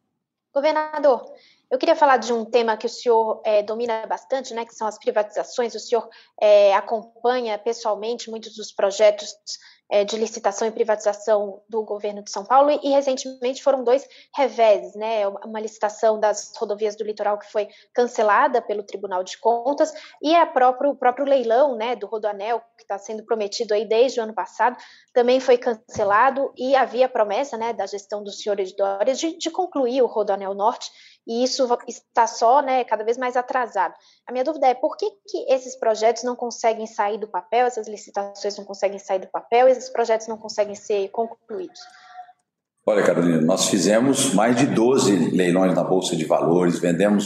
Governador, eu queria falar de um tema que o senhor domina bastante, né, que são as privatizações. O senhor acompanha pessoalmente muitos dos projetos de licitação e privatização do governo de São Paulo e recentemente foram 2 reveses, né, uma licitação das rodovias do litoral que foi cancelada pelo Tribunal de Contas e o próprio leilão, né, do Rodoanel, que está sendo prometido aí desde o ano passado, também foi cancelado e havia promessa, né, da gestão do senhor Dória de concluir o Rodoanel Norte e isso está só, né, cada vez mais atrasado. A minha dúvida é por que esses projetos não conseguem sair do papel, essas licitações não conseguem sair do papel, esses projetos não conseguem ser concluídos? Olha, Carolina, nós fizemos mais de 12 leilões na Bolsa de Valores, vendemos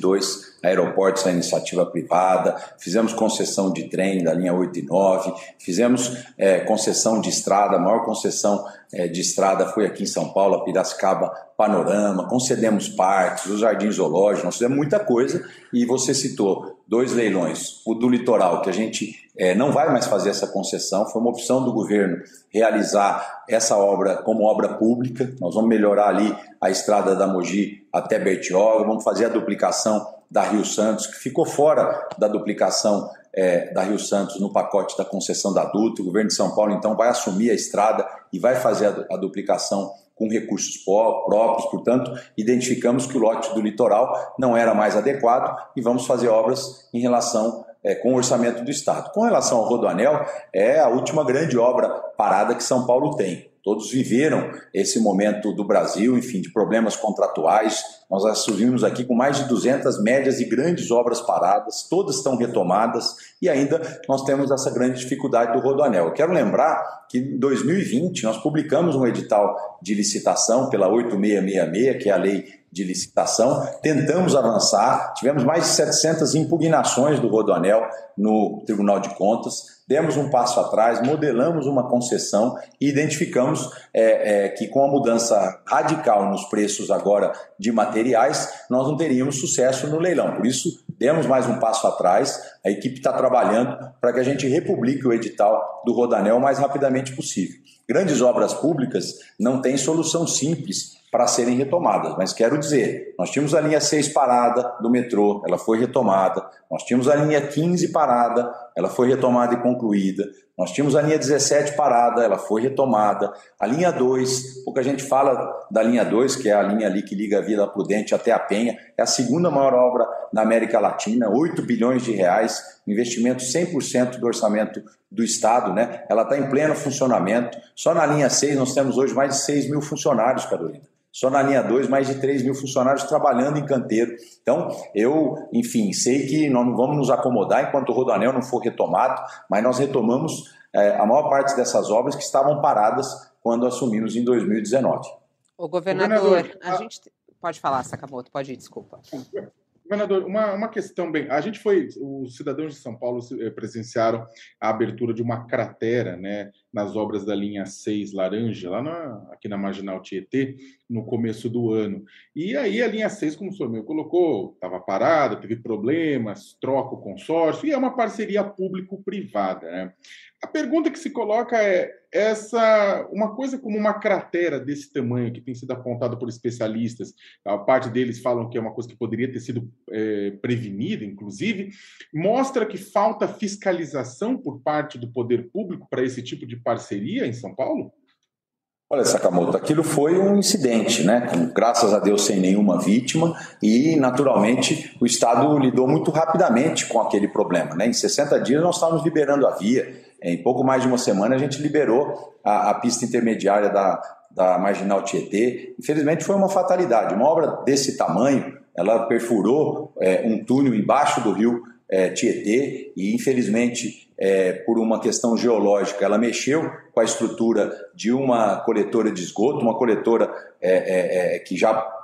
22 aeroportos à iniciativa privada, fizemos concessão de trem da linha 8 e 9, fizemos concessão de estrada, a maior concessão de estrada foi aqui em São Paulo, a Piracicaba Panorama, concedemos parques, os jardins zoológicos, nós fizemos muita coisa e você citou 2 leilões, o do litoral, que a gente não vai mais fazer essa concessão, foi uma opção do governo realizar essa obra como obra pública, nós vamos melhorar ali a estrada da Mogi até Bertioga, vamos fazer a duplicação da Rio Santos, que ficou fora da duplicação da Rio Santos no pacote da concessão da Dutra. O governo de São Paulo, então, vai assumir a estrada e vai fazer a duplicação com recursos próprios, portanto, identificamos que o lote do litoral não era mais adequado e vamos fazer obras em relação com o orçamento do Estado. Com relação ao Rodoanel, é a última grande obra parada que São Paulo tem. Todos viveram esse momento do Brasil, enfim, de problemas contratuais. Nós assumimos aqui com mais de 200 médias e grandes obras paradas, todas estão retomadas e ainda nós temos essa grande dificuldade do Rodoanel. Eu quero lembrar que em 2020 nós publicamos um edital de licitação pela 8666, que é a lei de licitação, tentamos avançar, tivemos mais de 700 impugnações do Rodoanel no Tribunal de Contas, demos um passo atrás, modelamos uma concessão e identificamos que com a mudança radical nos preços agora de materiais, nós não teríamos sucesso no leilão. Por isso, demos mais um passo atrás, a equipe está trabalhando para que a gente republique o edital do Rodoanel o mais rapidamente possível. Grandes obras públicas não têm solução simples para serem retomadas, mas quero dizer, nós tínhamos a linha 6 parada do metrô, ela foi retomada, nós tínhamos a linha 15 parada, ela foi retomada e concluída, nós tínhamos a linha 17 parada, ela foi retomada, a linha 2, pouca gente fala da linha 2, que é a linha ali que liga a Vila Prudente até a Penha, é a segunda maior obra na América Latina, 8 bilhões de reais, investimento 100% do orçamento do Estado, né? Ela está em pleno funcionamento, só na linha 6 nós temos hoje mais de 6 mil funcionários, Carolina. Só na linha 2, mais de 3 mil funcionários trabalhando em canteiro. Então, eu, enfim, sei que nós não vamos nos acomodar enquanto o Rodoanel não for retomado, mas nós retomamos a maior parte dessas obras que estavam paradas quando assumimos em 2019. O governador, a gente... Pode falar, Sakamoto, pode ir, desculpa. Governador, uma questão bem... Os cidadãos de São Paulo presenciaram a abertura de uma cratera, né, nas obras da linha 6 Laranja, aqui na Marginal Tietê, no começo do ano. E aí a linha 6, como o senhor mesmo colocou, estava parada, teve problemas, troca o consórcio, e é uma parceria público-privada, né? A pergunta que se coloca é uma coisa como uma cratera desse tamanho, que tem sido apontada por especialistas, a parte deles falam que é uma coisa que poderia ter sido prevenida, inclusive, mostra que falta fiscalização por parte do poder público para esse tipo de parceria em São Paulo? Olha, Sakamoto, aquilo foi um incidente, né? Graças a Deus sem nenhuma vítima e, naturalmente, o Estado lidou muito rapidamente com aquele problema, né? Em 60 dias nós estávamos liberando a via, em pouco mais de uma semana a gente liberou a pista intermediária da Marginal Tietê. Infelizmente foi uma fatalidade, uma obra desse tamanho, ela perfurou um túnel embaixo do rio Tietê e, infelizmente, por uma questão geológica, ela mexeu com a estrutura de uma coletora de esgoto, uma coletora que já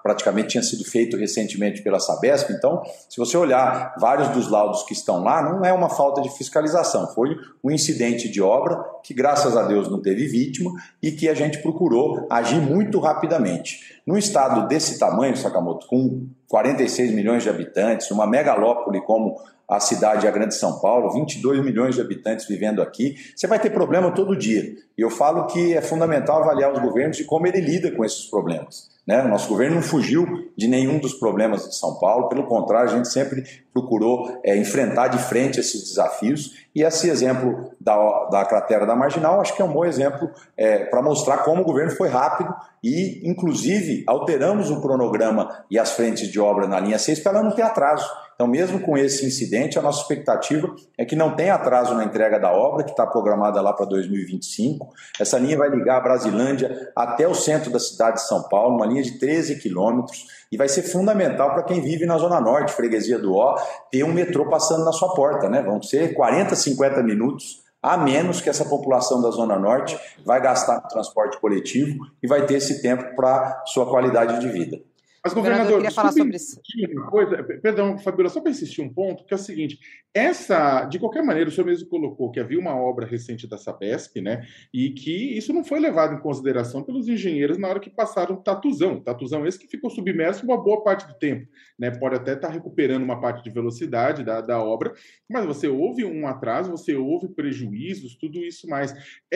praticamente tinha sido feito recentemente pela Sabesp. Então, se você olhar vários dos laudos que estão lá, não é uma falta de fiscalização, foi um incidente de obra que, graças a Deus, não teve vítima e que a gente procurou agir muito rapidamente. Num estado desse tamanho, Sakamoto, com 46 milhões de habitantes, uma megalópole como a cidade e a Grande São Paulo, 22 milhões de habitantes vivendo aqui, você vai ter problema todo dia. E eu falo que é fundamental avaliar os governos e como ele lida com esses problemas, né? O nosso governo não fugiu de nenhum dos problemas de São Paulo, pelo contrário, a gente sempre procurou enfrentar de frente esses desafios, e esse exemplo da cratera da Marginal acho que é um bom exemplo para mostrar como o governo foi rápido e, inclusive, alteramos o cronograma e as frentes de obra na linha 6 para ela não ter atraso. Então, mesmo com esse incidente, a nossa expectativa é que não tenha atraso na entrega da obra, que está programada lá para 2025. Essa linha vai ligar a Brasilândia até o centro da cidade de São Paulo, uma linha de 13 quilômetros, e vai ser fundamental para quem vive na Zona Norte, Freguesia do Ó, ter um metrô passando na sua porta, né? Vão ser 40, 50 minutos a menos que essa população da Zona Norte vai gastar no transporte coletivo e vai ter esse tempo para sua qualidade de vida. Mas, governador, eu queria falar sobre isso. Uma coisa, perdão, Fabiola, só para insistir um ponto, que é o seguinte, de qualquer maneira, o senhor mesmo colocou que havia uma obra recente da Sabesp, né, e que isso não foi levado em consideração pelos engenheiros na hora que passaram o tatuzão esse que ficou submerso uma boa parte do tempo, né, pode até estar recuperando uma parte de velocidade da obra, mas você houve um atraso, você houve prejuízos, tudo isso mais.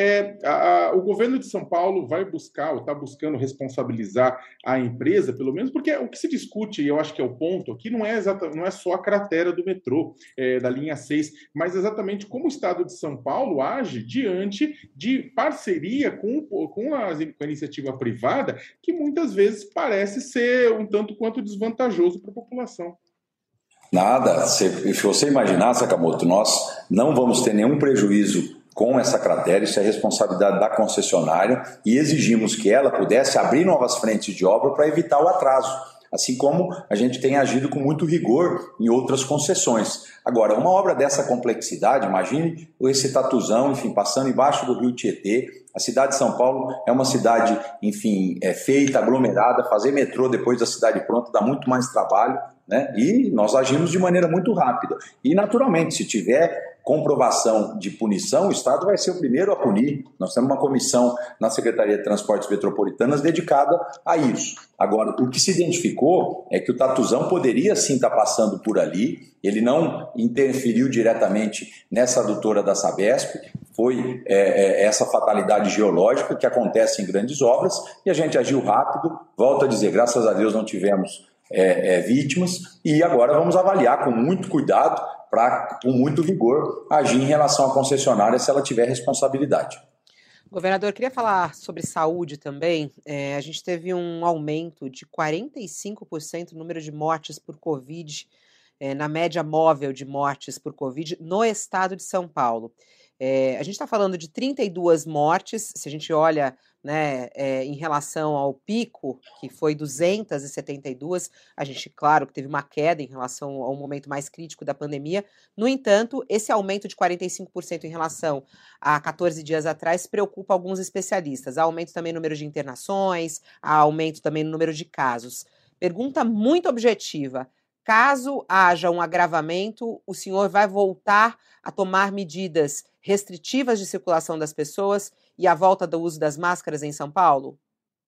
O governo de São Paulo vai buscar, ou está buscando responsabilizar a empresa, pelo menos, porque o que se discute, e eu acho que é o ponto aqui, não é só a cratera do metrô, da linha 6, mas exatamente como o Estado de São Paulo age diante de parceria com a iniciativa privada, que muitas vezes parece ser um tanto quanto desvantajoso para a população. Nada. Se você imaginar, Sakamoto, nós não vamos ter nenhum prejuízo com essa cratera, isso é responsabilidade da concessionária, e exigimos que ela pudesse abrir novas frentes de obra para evitar o atraso, assim como a gente tem agido com muito rigor em outras concessões. Agora, uma obra dessa complexidade, imagine esse tatuzão, enfim, passando embaixo do rio Tietê. A cidade de São Paulo é uma cidade, enfim, feita, aglomerada, fazer metrô depois da cidade pronta dá muito mais trabalho, né? E nós agimos de maneira muito rápida. E, naturalmente, se tiver comprovação de punição, o Estado vai ser o primeiro a punir. Nós temos uma comissão na Secretaria de Transportes Metropolitanas dedicada a isso. Agora, o que se identificou é que o tatuzão poderia sim estar passando por ali, ele não interferiu diretamente nessa adutora da Sabesp, foi essa fatalidade geológica que acontece em grandes obras, e a gente agiu rápido, volto a dizer, graças a Deus não tivemos vítimas, e agora vamos avaliar com muito cuidado, com muito rigor, agir em relação à concessionária se ela tiver responsabilidade. Governador, queria falar sobre saúde também. A gente teve um aumento de 45% no número de mortes por Covid, na média móvel de mortes por Covid no estado de São Paulo. A gente está falando de 32 mortes, se a gente olha, né, em relação ao pico, que foi 272, a gente, claro, que teve uma queda em relação ao momento mais crítico da pandemia. No entanto, esse aumento de 45% em relação a 14 dias atrás preocupa alguns especialistas. Há aumento também no número de internações, há aumento também no número de casos. Pergunta muito objetiva. Caso haja um agravamento, o senhor vai voltar a tomar medidas restritivas de circulação das pessoas e a volta do uso das máscaras em São Paulo?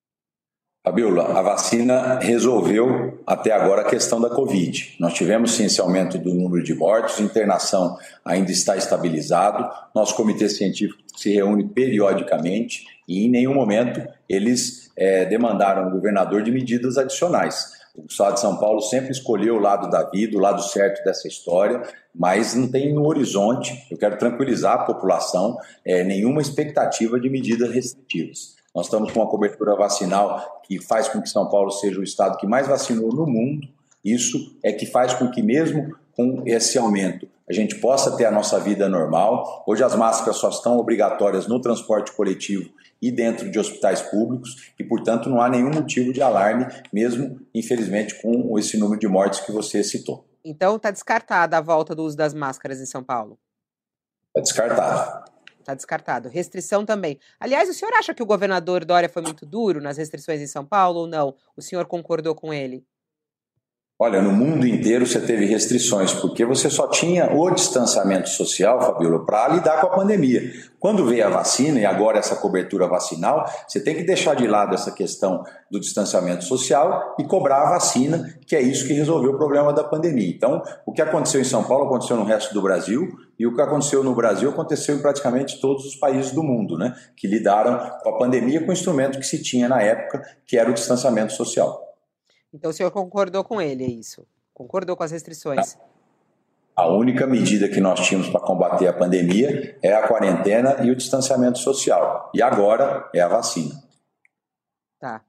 Fabiola, a vacina resolveu até agora a questão da Covid. Nós tivemos sim esse aumento do número de mortes, a internação ainda está estabilizado, nosso comitê científico se reúne periodicamente e em nenhum momento eles demandaram ao governador de medidas adicionais. O Estado de São Paulo sempre escolheu o lado da vida, o lado certo dessa história, mas não tem no horizonte, eu quero tranquilizar a população, nenhuma expectativa de medidas restritivas. Nós estamos com uma cobertura vacinal que faz com que São Paulo seja o estado que mais vacinou no mundo. Isso é que faz com que mesmo com esse aumento a gente possa ter a nossa vida normal. Hoje as máscaras só estão obrigatórias no transporte coletivo e dentro de hospitais públicos e, portanto, não há nenhum motivo de alarme, mesmo, infelizmente, com esse número de mortes que você citou. Então, está descartada a volta do uso das máscaras em São Paulo? Está descartado. Está descartado. Restrição também. Aliás, o senhor acha que o governador Dória foi muito duro nas restrições em São Paulo ou não? O senhor concordou com ele? Olha, no mundo inteiro você teve restrições, porque você só tinha o distanciamento social, Fabíola, para lidar com a pandemia. Quando veio a vacina e agora essa cobertura vacinal, você tem que deixar de lado essa questão do distanciamento social e cobrar a vacina, que é isso que resolveu o problema da pandemia. Então, o que aconteceu em São Paulo aconteceu no resto do Brasil, e o que aconteceu no Brasil aconteceu em praticamente todos os países do mundo, né, que lidaram com a pandemia com o instrumento que se tinha na época, que era o distanciamento social. Então o senhor concordou com ele, é isso? Concordou com as restrições? A única medida que nós tínhamos para combater a pandemia é a quarentena e o distanciamento social. E agora é a vacina. Tá.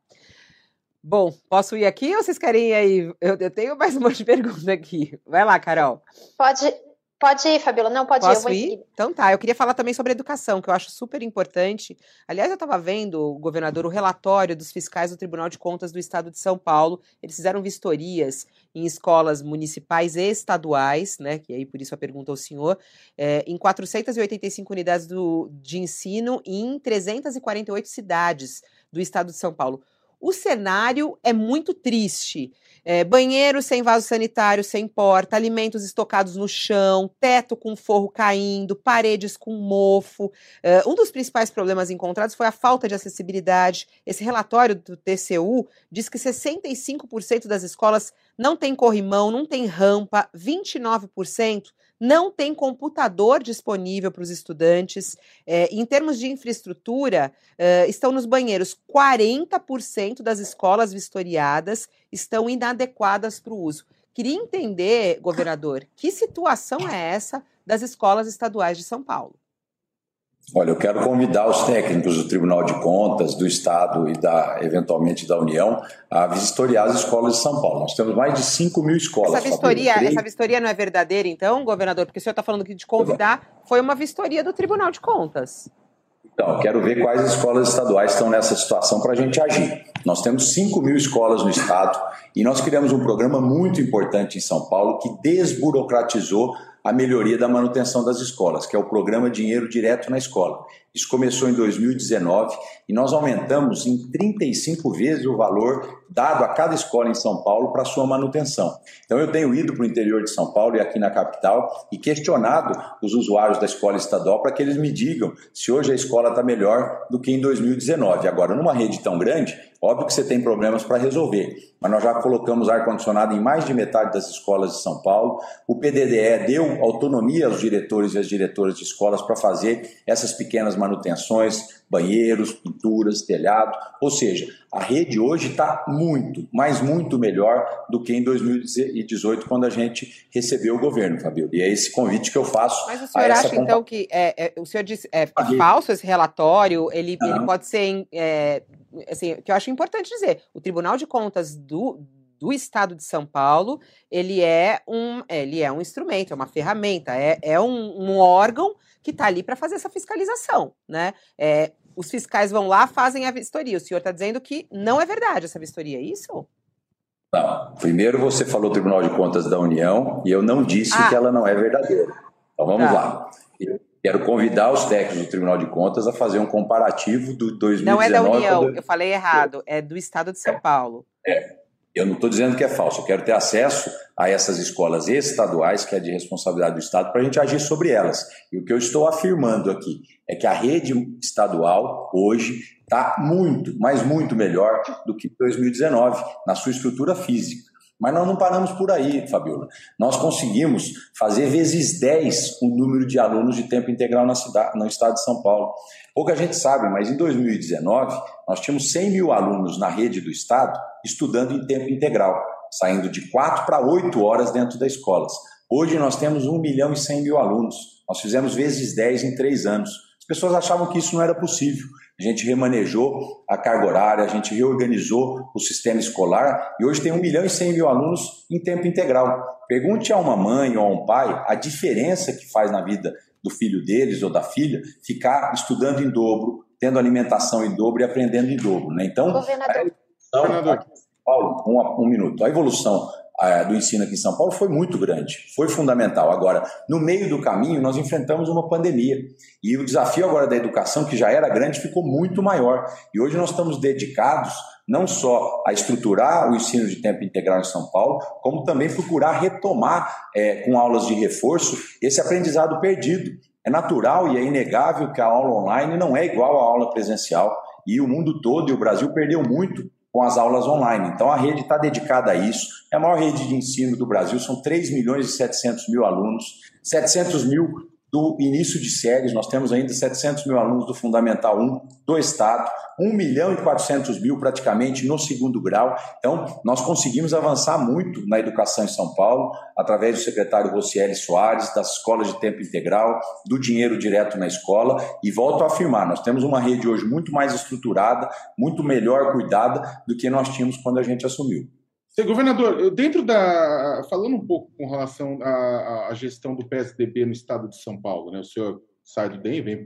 Bom, posso ir aqui ou vocês querem ir aí? Eu tenho mais um monte de perguntas aqui. Vai lá, Carol. Pode ir, Fabíola. Não, pode ir, eu vou ir. Então tá, eu queria falar também sobre educação, que eu acho super importante. Aliás, eu estava vendo, governador, o relatório dos fiscais do Tribunal de Contas do Estado de São Paulo. Eles fizeram vistorias em escolas municipais e estaduais, né, que aí por isso a pergunta ao senhor, em 485 unidades de ensino e em 348 cidades do Estado de São Paulo. O cenário é muito triste. Banheiro sem vaso sanitário, sem porta, alimentos estocados no chão, teto com forro caindo, paredes com mofo. Um dos principais problemas encontrados foi a falta de acessibilidade. Esse relatório do TCU diz que 65% das escolas não tem corrimão, não tem rampa, 29% não tem computador disponível para os estudantes. Em termos de infraestrutura, estão nos banheiros 40% das escolas vistoriadas estão inadequadas para o uso. Queria entender, governador, que situação é essa das escolas estaduais de São Paulo? Olha, eu quero convidar os técnicos do Tribunal de Contas, do Estado e eventualmente da União a vistoriar as escolas de São Paulo. Nós temos mais de 5 mil escolas. Essa vistoria não é verdadeira, então, governador? Porque o senhor está falando que de convidar foi uma vistoria do Tribunal de Contas. Então, eu quero ver quais escolas estaduais estão nessa situação para a gente agir. Nós temos 5 mil escolas no Estado e nós criamos um programa muito importante em São Paulo que desburocratizou a melhoria da manutenção das escolas, que é o programa Dinheiro Direto na Escola. Isso começou em 2019 e nós aumentamos em 35 vezes o valor dado a cada escola em São Paulo para sua manutenção. Então eu tenho ido para o interior de São Paulo e aqui na capital e questionado os usuários da escola estadual para que eles me digam se hoje a escola está melhor do que em 2019. Agora, numa rede tão grande, óbvio que você tem problemas para resolver, mas nós já colocamos ar-condicionado em mais de metade das escolas de São Paulo. O PDDE deu autonomia aos diretores e às diretoras de escolas para fazer essas pequenas manutenções, banheiros, pinturas, telhado, ou seja, a rede hoje está muito, mas muito melhor do que em 2018, quando a gente recebeu o governo, Fabíola. E é esse convite que eu faço. Mas o senhor acha, então, que o senhor disse falso esse relatório? Ele pode ser, assim, que eu acho importante dizer, o Tribunal de Contas do Estado de São Paulo, ele é um instrumento, é uma ferramenta, é um órgão que está ali para fazer essa fiscalização, né? Os fiscais vão lá, fazem a vistoria. O senhor está dizendo que não é verdade essa vistoria, é isso? Não. Primeiro você falou Tribunal de Contas da União e eu não disse que ela não é verdadeira. Então vamos lá. Eu quero convidar os técnicos do Tribunal de Contas a fazer um comparativo do 2019... Não é da União, eu falei errado, é do Estado de São Paulo. Eu não estou dizendo que é falso, eu quero ter acesso a essas escolas estaduais, que é de responsabilidade do Estado, para a gente agir sobre elas. E o que eu estou afirmando aqui é que a rede estadual, hoje, está muito, mas muito melhor do que 2019, na sua estrutura física. Mas nós não paramos por aí, Fabíola. Nós conseguimos fazer vezes 10 o número de alunos de tempo integral no estado de São Paulo. Pouca gente sabe, mas em 2019 nós tínhamos 100 mil alunos na rede do estado estudando em tempo integral, saindo de 4 para 8 horas dentro das escolas. Hoje nós temos 1 milhão e 100 mil alunos. Nós fizemos vezes 10 em 3 anos. As pessoas achavam que isso não era possível. A gente remanejou a carga horária, a gente reorganizou o sistema escolar e hoje tem 1 milhão e 100 mil alunos em tempo integral. Pergunte a uma mãe ou a um pai a diferença que faz na vida do filho deles ou da filha ficar estudando em dobro, tendo alimentação em dobro e aprendendo em dobro, né? Então, governador, Paulo, um minuto. A evolução do ensino aqui em São Paulo foi muito grande, foi fundamental. Agora, no meio do caminho, nós enfrentamos uma pandemia. E o desafio agora da educação, que já era grande, ficou muito maior. E hoje nós estamos dedicados não só a estruturar o ensino de tempo integral em São Paulo, como também procurar retomar, com aulas de reforço, esse aprendizado perdido. É natural e é inegável que a aula online não é igual à aula presencial. E o mundo todo e o Brasil perdeu muito com as aulas online. Então a rede está dedicada a isso. É a maior rede de ensino do Brasil, são 3.700.000 alunos, 700 mil do início de séries, nós temos ainda 700 mil alunos do Fundamental 1 do Estado, 1.400.000 praticamente no segundo grau. Então, nós conseguimos avançar muito na educação em São Paulo, através do secretário Rocieli Soares, das escolas de tempo integral, do dinheiro direto na escola, e volto a afirmar, nós temos uma rede hoje muito mais estruturada, muito melhor cuidada do que nós tínhamos quando a gente assumiu. Governador, falando um pouco com relação à gestão do PSDB no estado de São Paulo, né? O senhor sai do DEM, vem para o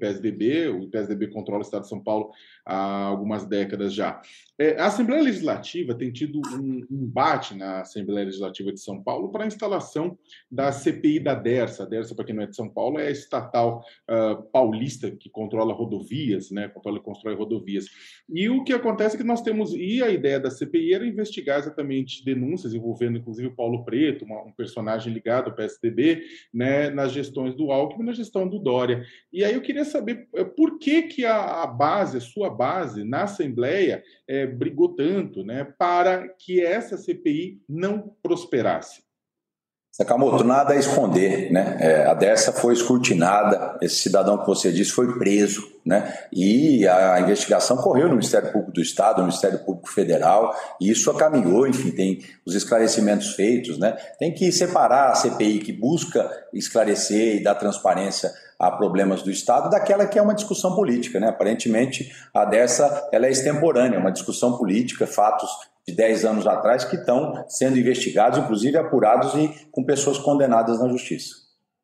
PSDB controla o estado de São Paulo há algumas décadas já. A Assembleia Legislativa tem tido um embate na Assembleia Legislativa de São Paulo para a instalação da CPI da Dersa. A Dersa, para quem não é de São Paulo, é a estatal paulista que controla rodovias, né? Constrói rodovias. E o que acontece é que nós temos, e a ideia da CPI era investigar exatamente denúncias envolvendo, inclusive, o Paulo Preto, um personagem ligado ao PSDB, né, nas gestões do Alckmin e na gestão do Dória. E aí eu queria saber por que a sua base, na Assembleia, brigou tanto, né, para que essa CPI não prosperasse. Sakamoto, nada a esconder, né? A Dersa foi escrutinada, esse cidadão que você disse foi preso, né? E a investigação correu no Ministério Público do Estado, no Ministério Público Federal, e isso caminhou, enfim, tem os esclarecimentos feitos, né? Tem que separar a CPI que busca esclarecer e dar transparência a problemas do Estado daquela que é uma discussão política, né? Aparentemente, a Dersa ela é extemporânea, uma discussão política, fatos de 10 anos atrás que estão sendo investigados, inclusive apurados e com pessoas condenadas na justiça.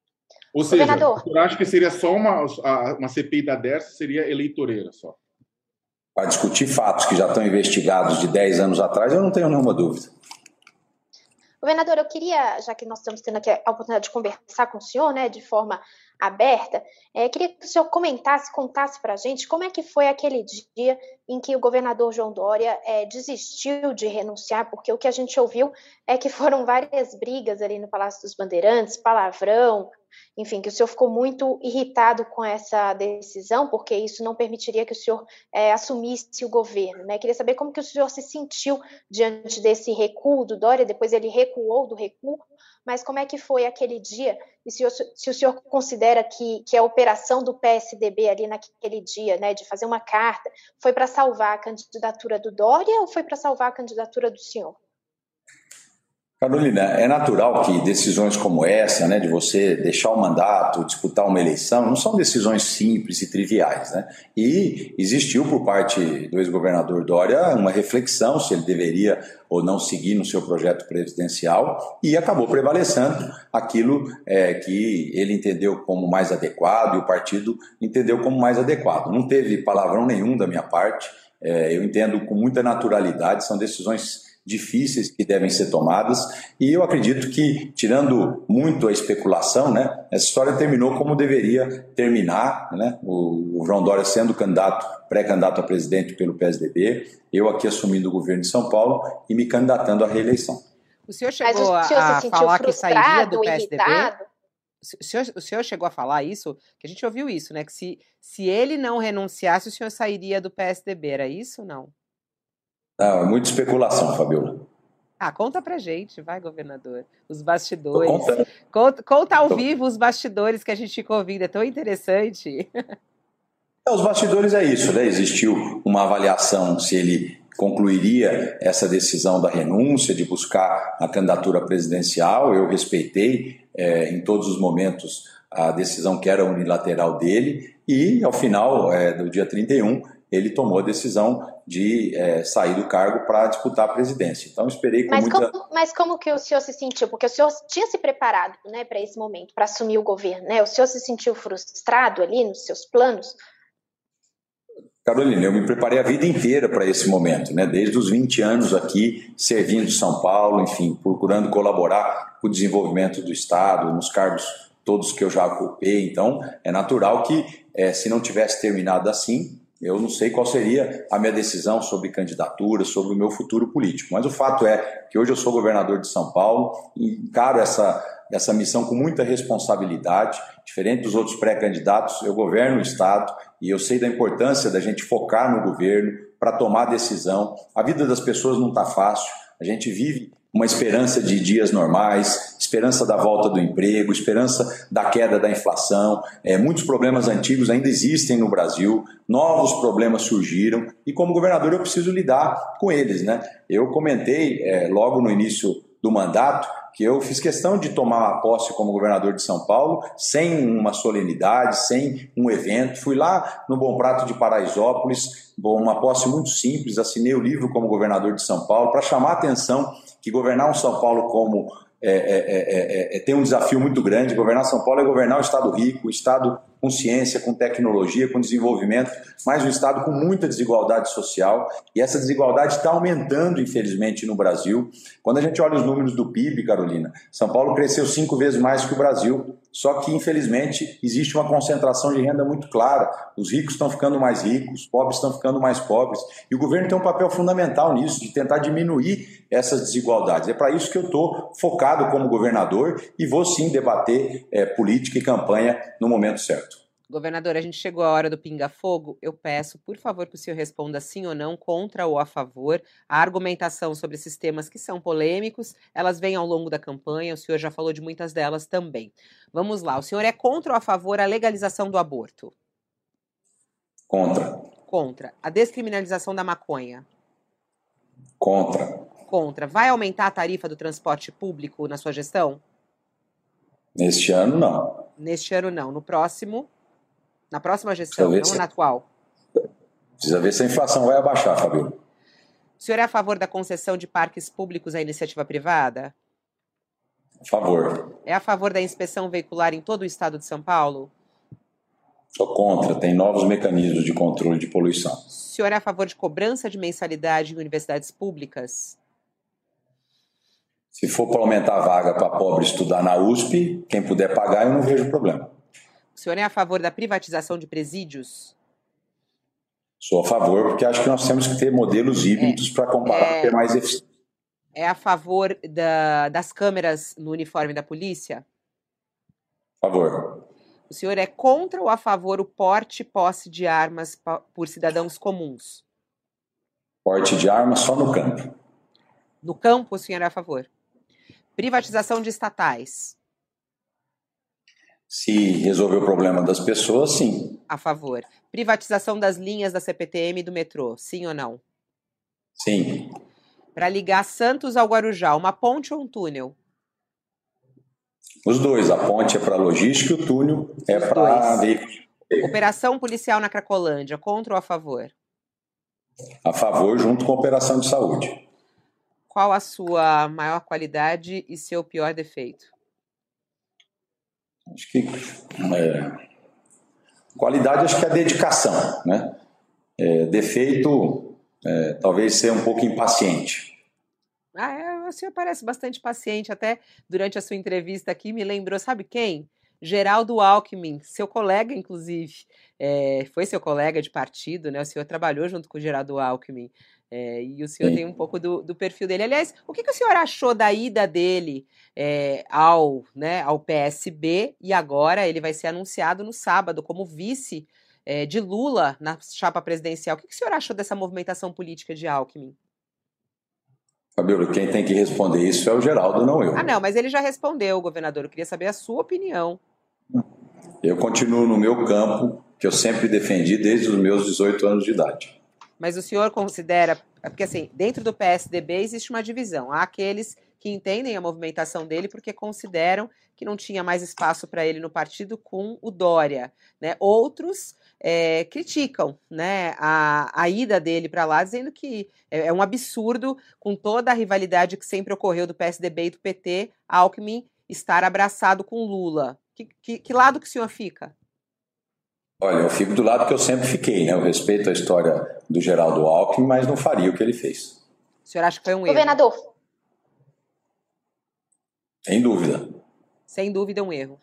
Ou seja, eu acho que seria só uma CPI da Dersa, seria eleitoreira só. Para discutir fatos que já estão investigados de 10 anos atrás, eu não tenho nenhuma dúvida. Governador, eu queria, já que nós estamos tendo aqui a oportunidade de conversar com o senhor, né, de forma aberta, queria que o senhor contasse para a gente como é que foi aquele dia em que o governador João Dória desistiu de renunciar, porque o que a gente ouviu é que foram várias brigas ali no Palácio dos Bandeirantes, palavrão, enfim, que o senhor ficou muito irritado com essa decisão, porque isso não permitiria que o senhor assumisse o governo, né? Queria saber como que o senhor se sentiu diante desse recuo do Dória, depois ele recuou do recuo, mas como é que foi aquele dia, e se o senhor considera que a operação do PSDB ali naquele dia, né, de fazer uma carta, foi para salvar a candidatura do Dória ou foi para salvar a candidatura do senhor? Carolina, é natural que decisões como essa, né, de você deixar o mandato, disputar uma eleição, não são decisões simples e triviais, né? E existiu por parte do ex-governador Dória uma reflexão se ele deveria ou não seguir no seu projeto presidencial e acabou prevalecendo aquilo que ele entendeu como mais adequado e o partido entendeu como mais adequado. Não teve palavrão nenhum da minha parte, eu entendo com muita naturalidade, são decisões difíceis que devem ser tomadas, e eu acredito que, tirando muito a especulação, né, essa história terminou como deveria terminar, né, o João Dória sendo pré-candidato a presidente pelo PSDB, eu aqui assumindo o governo de São Paulo e me candidatando à reeleição. O senhor chegou a falar que sairia do PSDB? O senhor chegou a falar isso? Que a gente ouviu isso, né, que se ele não renunciasse, o senhor sairia do PSDB, era isso ou não? Não, é muita especulação, Fabiola. Conta pra gente, vai, governador. Os bastidores. Conta ao vivo os bastidores que a gente fica ouvindo, é tão interessante. Os bastidores é isso, né? Existiu uma avaliação se ele concluiria essa decisão da renúncia, de buscar a candidatura presidencial. Eu respeitei em todos os momentos a decisão que era unilateral dele e, ao final do dia 31, ele tomou a decisão de sair do cargo para disputar a presidência. Então, esperei com Mas como que o senhor se sentiu? Porque o senhor tinha se preparado, né, para esse momento, para assumir o governo, né? O senhor se sentiu frustrado ali nos seus planos? Carolina, eu me preparei a vida inteira para esse momento, né? Desde os 20 anos aqui, servindo São Paulo, enfim, procurando colaborar com o desenvolvimento do Estado, nos cargos todos que eu já ocupei. Então, é natural que, se não tivesse terminado assim, eu não sei qual seria a minha decisão sobre candidatura, sobre o meu futuro político. Mas o fato é que hoje eu sou governador de São Paulo e encaro essa missão com muita responsabilidade. Diferente dos outros pré-candidatos, eu governo o Estado e eu sei da importância da gente focar no governo para tomar decisão. A vida das pessoas não está fácil, a gente vive uma esperança de dias normais, esperança da volta do emprego, esperança da queda da inflação. Muitos problemas antigos ainda existem no Brasil, novos problemas surgiram e como governador eu preciso lidar com eles, né? Eu comentei logo no início do mandato que eu fiz questão de tomar a posse como governador de São Paulo sem uma solenidade, sem um evento. Fui lá no Bom Prato de Paraisópolis, uma posse muito simples, assinei o livro como governador de São Paulo para chamar a atenção que governar um São Paulo como tem um desafio muito grande. Governar São Paulo é governar o Estado rico, o Estado com ciência, com tecnologia, com desenvolvimento, mas um Estado com muita desigualdade social, e essa desigualdade está aumentando, infelizmente, no Brasil. Quando a gente olha os números do PIB, Carolina, São Paulo cresceu 5 vezes mais que o Brasil, só que, infelizmente, existe uma concentração de renda muito clara. Os ricos estão ficando mais ricos, os pobres estão ficando mais pobres, e o governo tem um papel fundamental nisso, de tentar diminuir essas desigualdades. É para isso que eu estou focado como governador e vou sim debater política e campanha no momento certo. Governador, a gente chegou à hora do pinga-fogo. Eu peço, por favor, que o senhor responda sim ou não, contra ou a favor. A argumentação sobre esses temas que são polêmicos, elas vêm ao longo da campanha, o senhor já falou de muitas delas também. Vamos lá, o senhor é contra ou a favor a legalização do aborto? Contra. Contra. A descriminalização da maconha? Contra. Contra. Vai aumentar a tarifa do transporte público na sua gestão? Neste ano, não. Neste ano, não. No próximo? Na próxima gestão, não na atual? Precisa ver se a inflação vai abaixar, Fabíola. O senhor é a favor da concessão de parques públicos à iniciativa privada? A favor. É a favor da inspeção veicular em todo o estado de São Paulo? Sou contra. Tem novos mecanismos de controle de poluição. O senhor é a favor de cobrança de mensalidade em universidades públicas? Se for para aumentar a vaga para pobre estudar na USP, quem puder pagar, eu não vejo problema. O senhor é a favor da privatização de presídios? Sou a favor, porque acho que nós temos que ter modelos híbridos para comparar, ter mais eficiência. É a favor das câmeras no uniforme da polícia? A favor. O senhor é contra ou a favor o porte e posse de armas por cidadãos comuns? Porte de armas só no campo. No campo, o senhor é a favor? Privatização de estatais? Se resolver o problema das pessoas, sim. A favor. Privatização das linhas da CPTM e do metrô, sim ou não? Sim. Para ligar Santos ao Guarujá, uma ponte ou um túnel? Os dois. A ponte é para logística e o túnel é para veículos. Operação policial na Cracolândia, contra ou a favor? A favor, junto com a operação de saúde. Qual a sua maior qualidade e seu pior defeito? Acho que qualidade, acho que é a dedicação, né? Defeito, talvez ser um pouco impaciente. O senhor parece bastante paciente, até durante a sua entrevista aqui me lembrou, sabe quem? Geraldo Alckmin, seu colega, inclusive, foi seu colega de partido, né? O senhor trabalhou junto com o Geraldo Alckmin, e o senhor tem um pouco do perfil dele. Aliás, o que o senhor achou da ida dele ao PSB, e agora ele vai ser anunciado no sábado como vice de Lula na chapa presidencial? O que o senhor achou dessa movimentação política de Alckmin? Fabíola, quem tem que responder isso é o Geraldo, não eu. Não, mas ele já respondeu, governador. Eu queria saber a sua opinião. Eu continuo no meu campo, que eu sempre defendi desde os meus 18 anos de idade. Mas o senhor considera... Porque, assim, dentro do PSDB existe uma divisão. Há aqueles que entendem a movimentação dele porque consideram que não tinha mais espaço para ele no partido com o Dória, né? Outros criticam, né, a ida dele para lá, dizendo que é um absurdo, com toda a rivalidade que sempre ocorreu do PSDB e do PT, Alckmin estar abraçado com Lula. Que lado que o senhor fica? Olha, eu fico do lado que eu sempre fiquei, né? Eu respeito a história do Geraldo Alckmin, mas não faria o que ele fez. O senhor acha que foi um erro? Governador. Sem dúvida. Sem dúvida, um erro.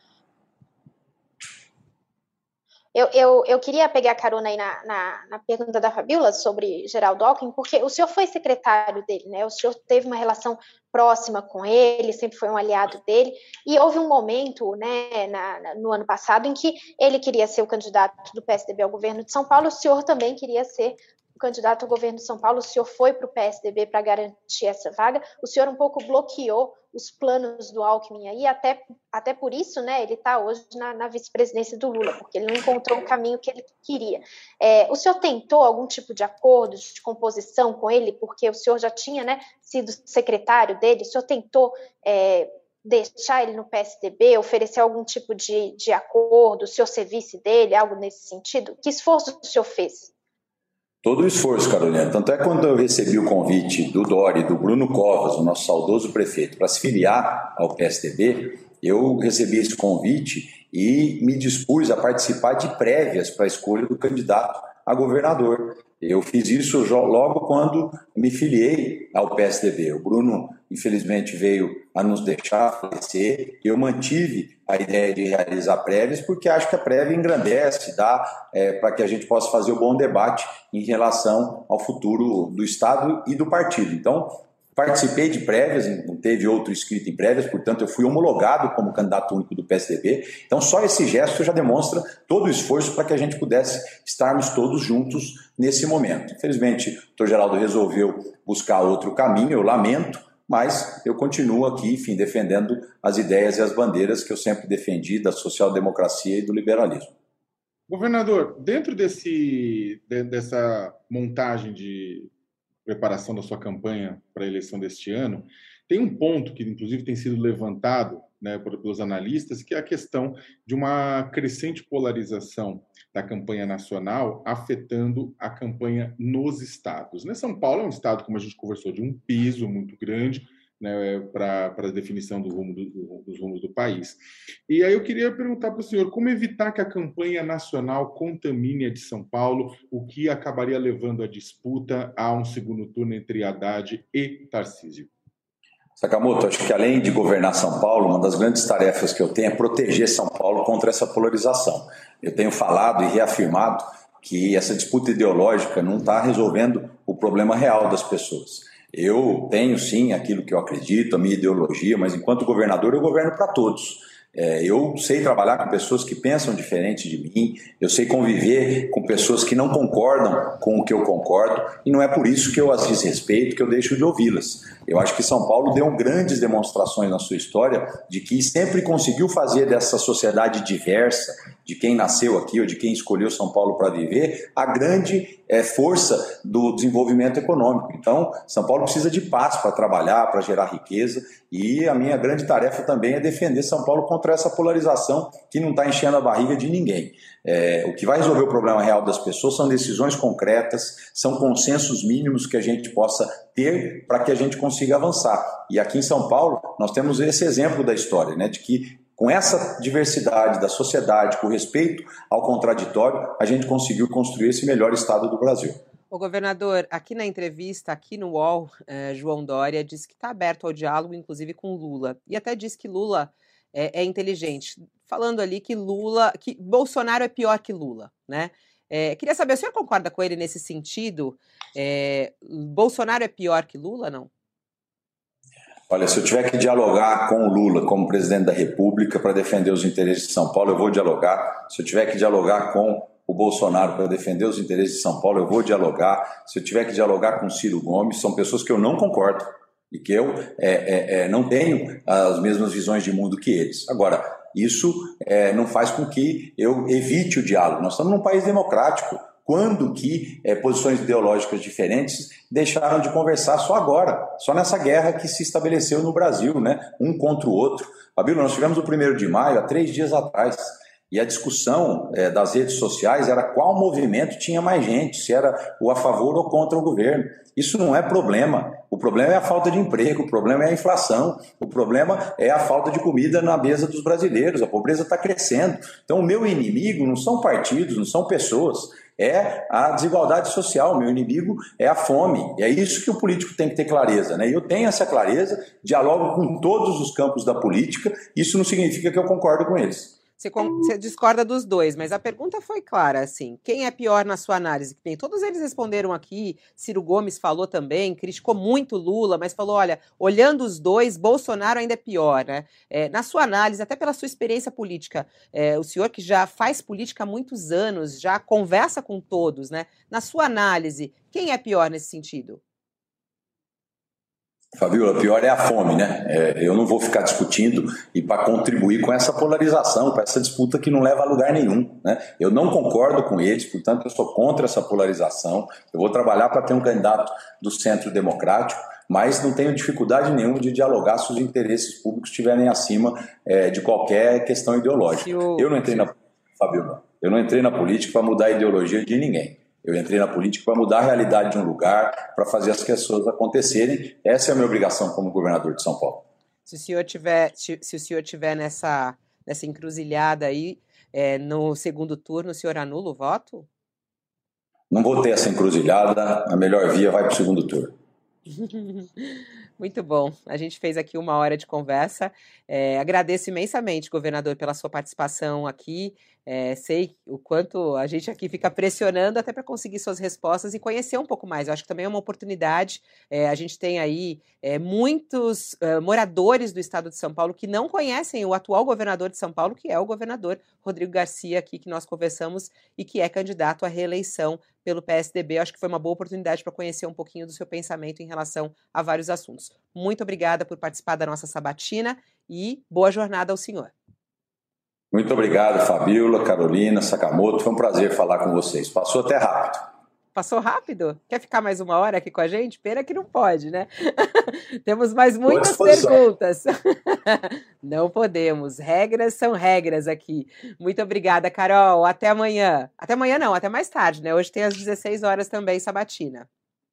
Eu queria pegar carona aí na pergunta da Fabíola sobre Geraldo Alckmin, porque o senhor foi secretário dele, né? O senhor teve uma relação próxima com ele, sempre foi um aliado dele, e houve um momento, né, no ano passado, em que ele queria ser o candidato do PSDB ao governo de São Paulo, o senhor também queria ser o candidato ao governo de São Paulo, o senhor foi para o PSDB para garantir essa vaga, o senhor um pouco bloqueou os planos do Alckmin aí, até por isso, né, ele está hoje na vice-presidência do Lula, porque ele não encontrou o caminho que ele queria. O senhor tentou algum tipo de acordo, de composição com ele, porque o senhor já tinha, né, sido secretário dele, o senhor tentou deixar ele no PSDB, oferecer algum tipo de acordo, o senhor ser vice dele, algo nesse sentido? Que esforço o senhor fez? Todo o esforço, Carolina. Tanto é que quando eu recebi o convite do Dória e do Bruno Covas, o nosso saudoso prefeito, para se filiar ao PSDB, eu recebi esse convite e me dispus a participar de prévias para a escolha do candidato a governador. Eu fiz isso logo quando me filiei ao PSDB. O Bruno, infelizmente, veio a nos deixar falecer. Eu mantive a ideia de realizar prévias porque acho que a prévia engrandece, dá para que a gente possa fazer o bom debate em relação ao futuro do Estado e do partido. Então, participei de prévias, não teve outro inscrito em prévias, portanto eu fui homologado como candidato único do PSDB. Então só esse gesto já demonstra todo o esforço para que a gente pudesse estarmos todos juntos nesse momento. Infelizmente, o doutor Geraldo resolveu buscar outro caminho, eu lamento, mas eu continuo aqui, enfim, defendendo as ideias e as bandeiras que eu sempre defendi da social-democracia e do liberalismo. Governador, dentro dessa montagem de preparação da sua campanha para a eleição deste ano, tem um ponto que, inclusive, tem sido levantado, né, pelos analistas, que é a questão de uma crescente polarização da campanha nacional afetando a campanha nos estados. Né? São Paulo é um estado, como a gente conversou, de um peso muito grande, né, para a definição dos rumos do país. E aí eu queria perguntar para o senhor como evitar que a campanha nacional contamine a de São Paulo, o que acabaria levando a disputa a um segundo turno entre Haddad e Tarcísio. Sakamoto, acho que além de governar São Paulo, uma das grandes tarefas que eu tenho é proteger São Paulo contra essa polarização. Eu tenho falado e reafirmado que essa disputa ideológica não está resolvendo o problema real das pessoas. Eu tenho, sim, aquilo que eu acredito, a minha ideologia, mas enquanto governador eu governo para todos. Eu sei trabalhar com pessoas que pensam diferente de mim, eu sei conviver com pessoas que não concordam com o que eu concordo, e não é por isso que eu as desrespeito, que eu deixo de ouvi-las. Eu acho que São Paulo deu grandes demonstrações na sua história de que sempre conseguiu fazer dessa sociedade diversa, de quem nasceu aqui ou de quem escolheu São Paulo para viver, a grande força do desenvolvimento econômico. Então, São Paulo precisa de paz para trabalhar, para gerar riqueza, e a minha grande tarefa também é defender São Paulo contra essa polarização que não está enchendo a barriga de ninguém. O que vai resolver o problema real das pessoas são decisões concretas, são consensos mínimos que a gente possa ter para que a gente consiga avançar. E aqui em São Paulo, nós temos esse exemplo da história, né, de que com essa diversidade da sociedade, com respeito ao contraditório, a gente conseguiu construir esse melhor estado do Brasil. O governador, aqui na entrevista, aqui no UOL, João Dória disse que está aberto ao diálogo, inclusive com Lula. E até disse que Lula é inteligente, falando ali que Bolsonaro é pior que Lula, né? Queria saber, o senhor concorda com ele nesse sentido? Bolsonaro é pior que Lula, não? Olha, se eu tiver que dialogar com o Lula como presidente da República para defender os interesses de São Paulo, eu vou dialogar. Se eu tiver que dialogar com o Bolsonaro para defender os interesses de São Paulo, eu vou dialogar. Se eu tiver que dialogar com Ciro Gomes, são pessoas que eu não concordo e que eu não tenho as mesmas visões de mundo que eles. Agora, isso não faz com que eu evite o diálogo. Nós estamos num país democrático. Quando que posições ideológicas diferentes deixaram de conversar só agora, só nessa guerra que se estabeleceu no Brasil, né? Um contra o outro. Fabíola, nós tivemos o 1º de maio, há 3 dias atrás. E a discussão das redes sociais era qual movimento tinha mais gente, se era o a favor ou contra o governo. Isso não é problema. O problema é a falta de emprego, o problema é a inflação, o problema é a falta de comida na mesa dos brasileiros. A pobreza está crescendo. Então, o meu inimigo não são partidos, não são pessoas. É a desigualdade social, o meu inimigo é a fome. E é isso que o político tem que ter clareza, né? E eu tenho essa clareza, dialogo com todos os campos da política, isso não significa que eu concordo com eles. Você discorda dos dois, mas a pergunta foi clara, assim, quem é pior na sua análise? Bem, todos eles responderam aqui, Ciro Gomes falou também, criticou muito Lula, mas falou, olha, olhando os dois, Bolsonaro ainda é pior, né? Na sua análise, até pela sua experiência política, o senhor que já faz política há muitos anos, já conversa com todos, né? Na sua análise, quem é pior nesse sentido? Fabiola, pior é a fome, né? Eu não vou ficar discutindo e para contribuir com essa polarização, com essa disputa que não leva a lugar nenhum, né? Eu não concordo com eles, portanto eu sou contra essa polarização. Eu vou trabalhar para ter um candidato do centro democrático, mas não tenho dificuldade nenhuma de dialogar se os interesses públicos estiverem acima de qualquer questão ideológica. Eu não entrei Fabiola, eu não entrei na política para mudar a ideologia de ninguém. Eu entrei na política para mudar a realidade de um lugar, para fazer as pessoas acontecerem. Essa é a minha obrigação como governador de São Paulo. Se o senhor tiver nessa encruzilhada aí, no segundo turno, o senhor anula o voto? Não vou ter essa encruzilhada, a melhor via vai para o segundo turno. Muito bom. A gente fez aqui 1 hora de conversa. Agradeço imensamente, governador, pela sua participação aqui. Sei o quanto a gente aqui fica pressionando até para conseguir suas respostas e conhecer um pouco mais. Eu acho que também é uma oportunidade. A gente tem aí muitos moradores do estado de São Paulo que não conhecem o atual governador de São Paulo, que é o governador Rodrigo Garcia, aqui que nós conversamos e que é candidato à reeleição pelo PSDB. Eu acho que foi uma boa oportunidade para conhecer um pouquinho do seu pensamento em relação a vários assuntos. Muito obrigada por participar da nossa sabatina e boa jornada ao senhor. Muito obrigado, Fabiola, Carolina, Sakamoto. Foi um prazer falar com vocês. Passou até rápido. Passou rápido? Quer ficar mais 1 hora aqui com a gente? Pena que não pode, né? Temos mais muitas perguntas. Não podemos. Regras são regras aqui. Muito obrigada, Carol. Até amanhã. Até amanhã não, até mais tarde, né? Hoje tem às 16 horas também, sabatina.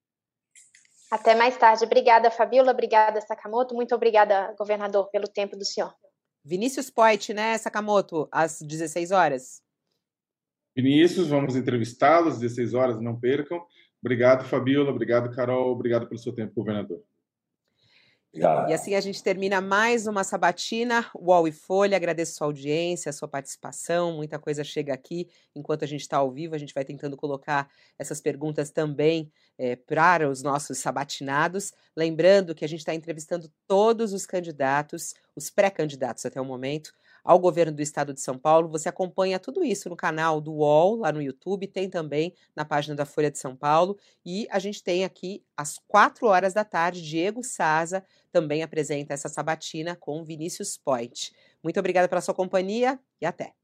Até mais tarde. Obrigada, Fabiola. Obrigada, Sakamoto. Muito obrigada, governador, pelo tempo do senhor. Vinícius Poit, né, Sakamoto, às 16 horas. Vinícius, vamos entrevistá-los às 16 horas, não percam. Obrigado, Fabiola. Obrigado, Carol. Obrigado pelo seu tempo, governador. Obrigado. E assim a gente termina mais uma sabatina, UOL e Folha. Agradeço a sua audiência, a sua participação. Muita coisa chega aqui enquanto a gente está ao vivo. A gente vai tentando colocar essas perguntas também para os nossos sabatinados. Lembrando que a gente está entrevistando todos os candidatos, os pré-candidatos até o momento, ao governo do estado de São Paulo. Você acompanha tudo isso no canal do UOL, lá no YouTube, tem também na página da Folha de São Paulo. E a gente tem aqui, às 4 horas da tarde, Diego Saza também apresenta essa sabatina com Vinícius Poit. Muito obrigada pela sua companhia e até!